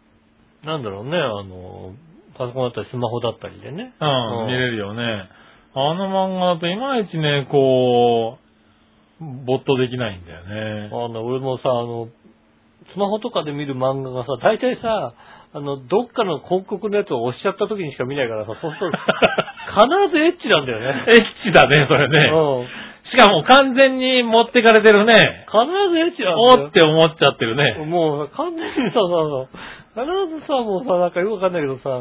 なんだろうね、パソコンだったりスマホだったりでね。 見れるよね。 あの漫画だといまいちね、こう、没頭できないんだよね。 俺もさ、スマホとかで見る漫画がさ、大体さ、どっかの広告のやつを押しちゃった時にしか見ないからさ、そうすると、必ずエッチなんだよね。 エッチだね、それね。しかも完全に持ってかれてるね。 必ずエッチなんだよ。 おって思っちゃってるね。 もう、完全にさ、必ずさ、もうさ、なんかよくわかんないけどさ、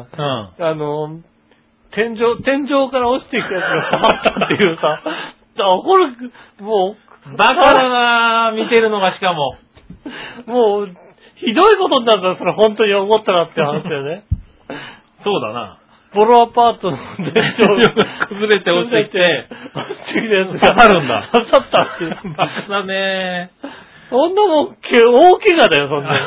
天井から落ちていくやつがあったっていうさ、これ、もう、 バカだなぁ、見てるのがしかも。 もう、ひどいことになるんだ、それ本当に思ったらって話だよね。 そうだな。 ボロアパートの天井が崩れて落ちてきて、 やつが刺さるんだ。 刺さったっていう。 バカだねそんなもん、大怪我だよ、そんな。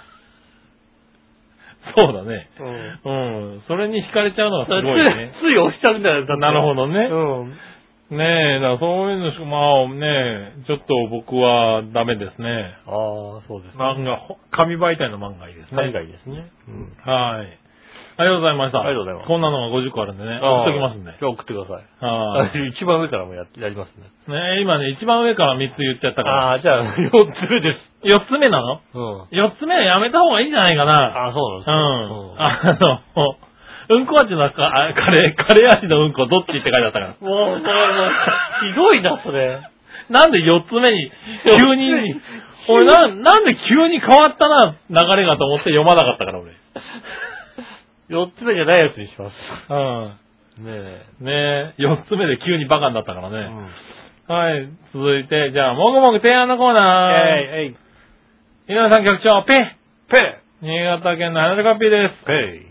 そうだね。それに惹かれちゃうのがすごいね。 つい押しちゃうんだよ、 なるほどね。ねえ、だからそういうのしか、まあね、ちょっと僕はダメですね。 そうですね。 漫画、紙媒体の漫画いいですね。 紙がいいですね。 はい。ありがとうございました。 ありがとうございます。 こんなのが50個あるんでね。送っときますんで。 今日送ってください。一番上からもやりますね。 ねえ、今ね、一番上から3つ言っちゃったから。 じゃあ、4つ目です。 4つ目なの?4 つ目はやめた方がいいんじゃないかな。 そうなんですか。 うんこ味のカレー味のうんこどっちって書いてあったから。 もう、ひどいな、それ。 なんで4つ目に、急に、俺なんで急に変わったな、流れがと思って読まなかったから、俺。 4つ目じゃないやつにします。 ねえ、4つ目で急にバカになったからね。はい、続いて、じゃあ、もぐもぐ提案のコーナー。井上さん局長、ペ新潟県の花手カッピーです。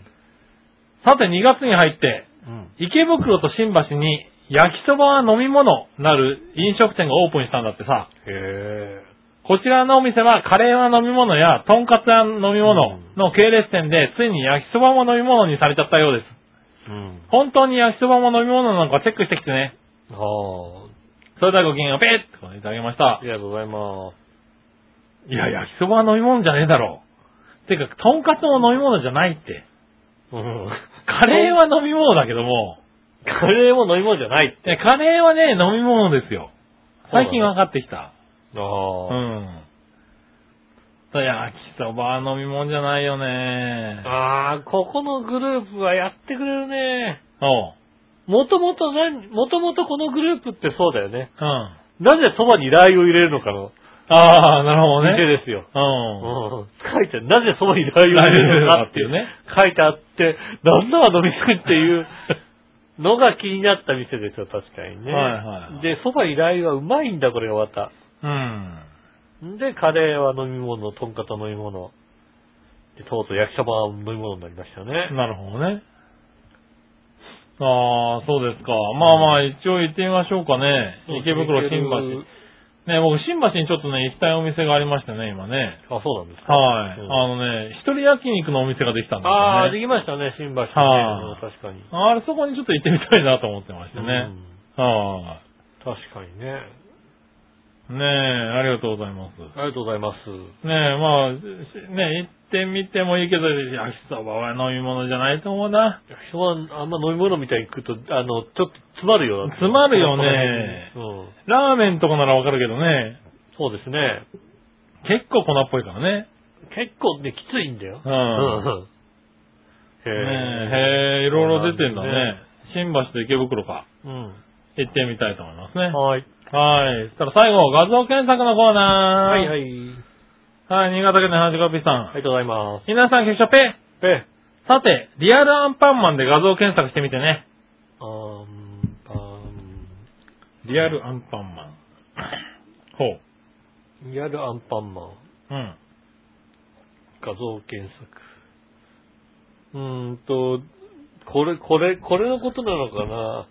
さて、2月に入って、池袋と新橋に焼きそばは飲み物なる飲食店がオープンしたんだってさ。こちらのお店はカレーは飲み物やとんかつは飲み物の系列店でついに焼きそばも飲み物にされちゃったようです。本当に焼きそばも飲み物なのかチェックしてきてね。それではごきげんよう、ペッといただきました。 ありがとうございます。 いや、焼きそばは飲み物じゃねえだろう。てか、とんかつも飲み物じゃないって。カレーは飲み物だけども。 カレーも飲み物じゃないって。 カレーはね、飲み物ですよ。最近分かってきた。焼きそばは飲み物じゃないよね。 ここのグループはやってくれるね。もともとこのグループってそうだよね。なぜそばにラー油を入れるのかの。 なるほどね。 店ですよ。書いてある。なぜそばにラー油を入れるのかっていうね。書いてあって、なんだ飲みすぎっていうのが気になった店ですよ、確かにね。で、そばにラー油はうまいんだ、これがまた。で、カレーは飲み物、とんかつは飲み物。で、とうとう焼きそばは飲み物になりましたよね。 なるほどね。そうですか。まあ、一応行ってみましょうかね。池袋、新橋。ね、僕、新橋にちょっとね、行きたいお店がありましてね、今ね。 そうなんですか。 一人焼肉のお店ができたんですよね。 できましたね、新橋。確かに。 そこにちょっと行ってみたいなと思ってましてね。 確かにね。 ねえ、ありがとうございます。 ありがとうございます。 ねえ、まあ、ね、行ってみてもいいけど、焼きそばは飲み物じゃないと思うな。 焼きそばあんま飲み物みたいに食うと、ちょっと詰まるよ。 詰まるよね。ラーメンとかならわかるけどね。 そうですね。 結構粉っぽいからね。 結構ね、きついんだよ。 いろいろ出てんだね。新橋と池袋か。行ってみたいと思いますね。はい。そしたら最後、画像検索のコーナー。はい、新潟県の花地カピさん。 ありがとうございます。 皆さん、局長、ペ。さて、リアルアンパンマンで画像検索してみてね。リアルアンパンマン。 リアルアンパンマン。画像検索。これのことなのかな。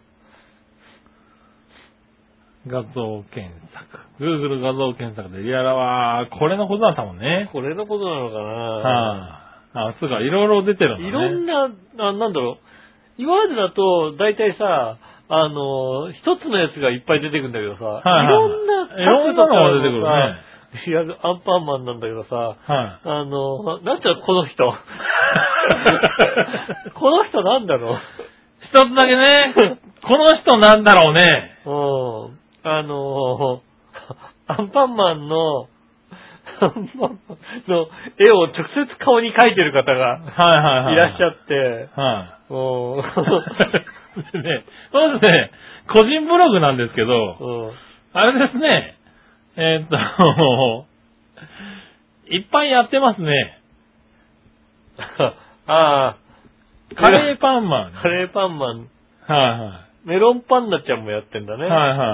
画像検索。Google 画像検索でリアルは、これのことだったもんね。 これのことなのかな。 そうか、いろいろ出てるんだね。 いろんな、なんだろう。今までだと、だいたいさ、一つのやつがいっぱい出てくるんだけどさ、いろんなのが出てくるね。 リアルアンパンマンなんだけどさ、なんちゃこの人。この人なんだろう。 一つだけね、 この人なんだろうね。 アンパンマンの絵を直接顔に描いてる方がいらっしゃって、 そうですね、個人ブログなんですけど、あれですね、いっぱいやってますね。 カレーパンマン。 カレーパンマン。メロンパンナちゃんもやってんだね。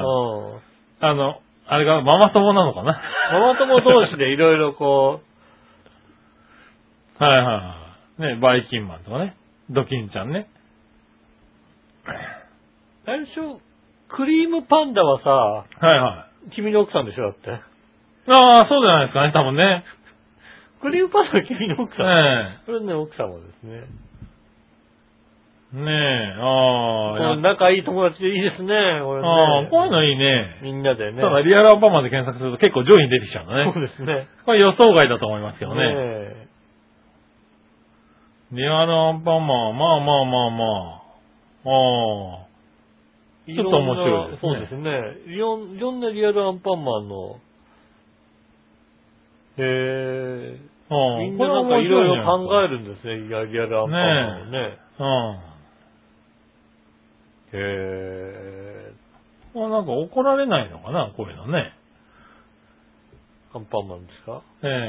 あれがママ友なのかな。 ママ友同士でいろいろこう。ね、バイキンマンとかね。ドキンちゃんね。 最初、クリームパンダはさ、君の奥さんでしょ、だって。 ああ、そうじゃないですかね、多分ね。 クリームパンダは君の奥さん。これね、奥様ですね。 ねえ、 仲いい友達でいいですね、これね。 こういうのいいね。 みんなでね。 ただ、リアルアンパンマンで検索すると結構上位に出てきちゃうんだね。 そうですね。 これ予想外だと思いますけどね。リアルアンパンマン、まあ。ちょっと面白いですね。 そうですね。いろんなリアルアンパンマンの、みんななんかいろいろ考えるんですね、リアルアンパンマンをね。 なんか怒られないのかな、こういうのね。 アンパンマンですか？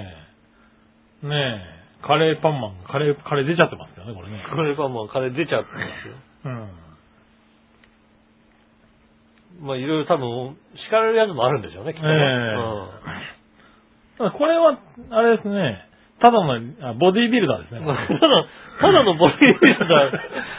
カレーパンマン、カレー出ちゃってますけどね、これね。 カレーパンマン、カレー出ちゃってますよ。まあいろいろ多分、叱られるやつもあるんでしょうね、きっとね。 これは、あれですね、ただのボディービルダーですね。 ただのボディービルダー。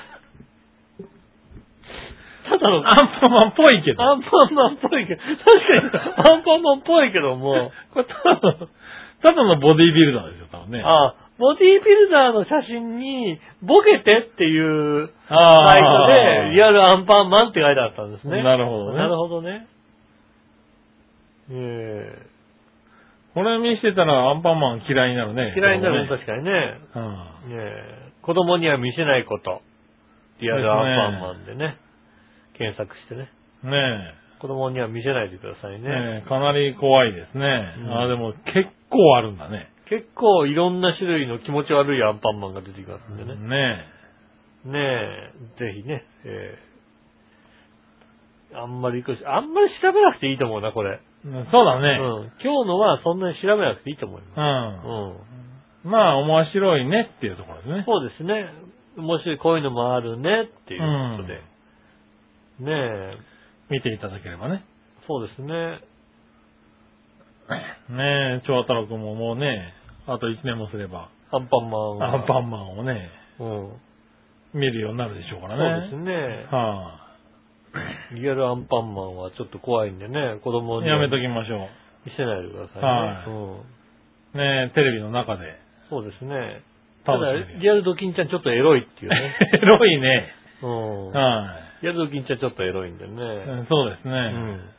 ただのアンパンマンっぽいけど。 アンパンマンっぽいけど、確かにアンパンマンっぽいけども、 これただのボディービルダーですよ、多分ね。 ボディービルダーの写真に、ボケてっていうサイトで、リアルアンパンマンって書いてあったんですね。 なるほどね。 なるほどね。 これ見せたらアンパンマン嫌いになるね。 嫌いになるね、確かにね。子供には見せないこと。リアルアンパンマンでね。検索してね。子供には見せないでくださいね。 かなり怖いですね。でも結構あるんだね。 結構いろんな種類の気持ち悪いアンパンマンが出てきますんでね。ぜひね、あんまり調べなくていいと思うな、これ。 そうだね。 今日のはそんなに調べなくていいと思います。 まあ、面白いねっていうところですね。 そうですね。面白い、こういうのもあるねっていうことで。 見ていただければね。 そうですね。 長太郎くんももうね、あと1年もすれば。 アンパンマンをね、見るようになるでしょうからね。 そうですね。リアルアンパンマンはちょっと怖いんでね、子供に。 やめときましょう。 見せないでくださいね。 テレビの中で。 そうですね。ただ、リアルドキンちゃんちょっとエロいっていうね。 エロいね。 リアルドキンちゃんちょっとエロいんでね。 そうですね。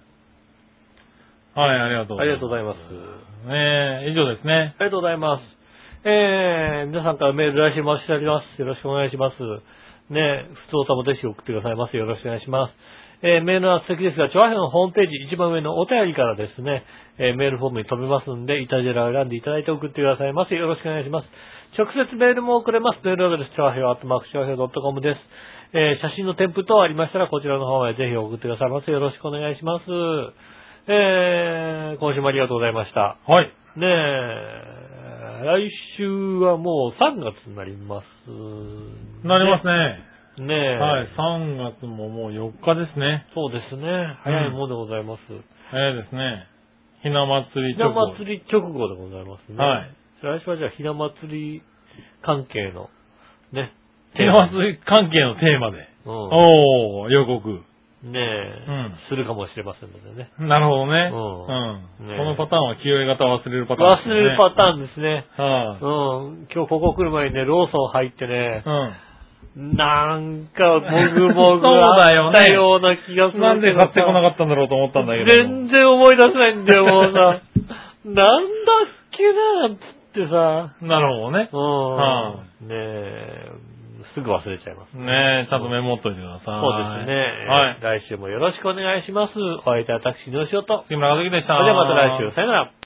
ありがとうございます。以上ですね。 ありがとうございます。皆さんからメール来週もしております。よろしくお願いします。普通おたもぜひ送ってくださいます。よろしくお願いします。メールは素敵ですが、チョアヘのホームページ一番上のお便りからですね、メールフォームに飛べますんで、イタジェラを選んでいただいて送ってくださいます。よろしくお願いします。直接メールも送れます。メールアドレス、チョアヘオ@chioheo.com です。写真の添付等ありましたら、こちらの方までぜひ送ってくださいます。よろしくお願いします。今週もありがとうございました。 はい。 来週はもう3月になります。 なりますね。 はい。 3月ももう4日ですね。 そうですね。早いものでございます。 早いですね。ひな祭り直後。 ひな祭り直後でございますね。はい。来週はじゃあひな祭り関係のね。 ひな祭り関係のテーマで。予告。 するかもしれませんのでね。 なるほどね。このパターンは清江型忘れるパターンですね。 忘れるパターンですね。今日ここ来る前にね、ローソン入ってね、なんか、もぐもぐあったような気がする。 なんで買ってこなかったんだろうと思ったんだけど。 全然思い出せないんだよ、もうさ。なんだっけな、つってさ。 なるほどね。 すぐ忘れちゃいます。 ねえ、ちゃんとメモっといてください。 そうですね。 はい。 来週もよろしくお願いします。お相手は私、のしおと。 木村和樹でした。 それではまた来週、さよなら。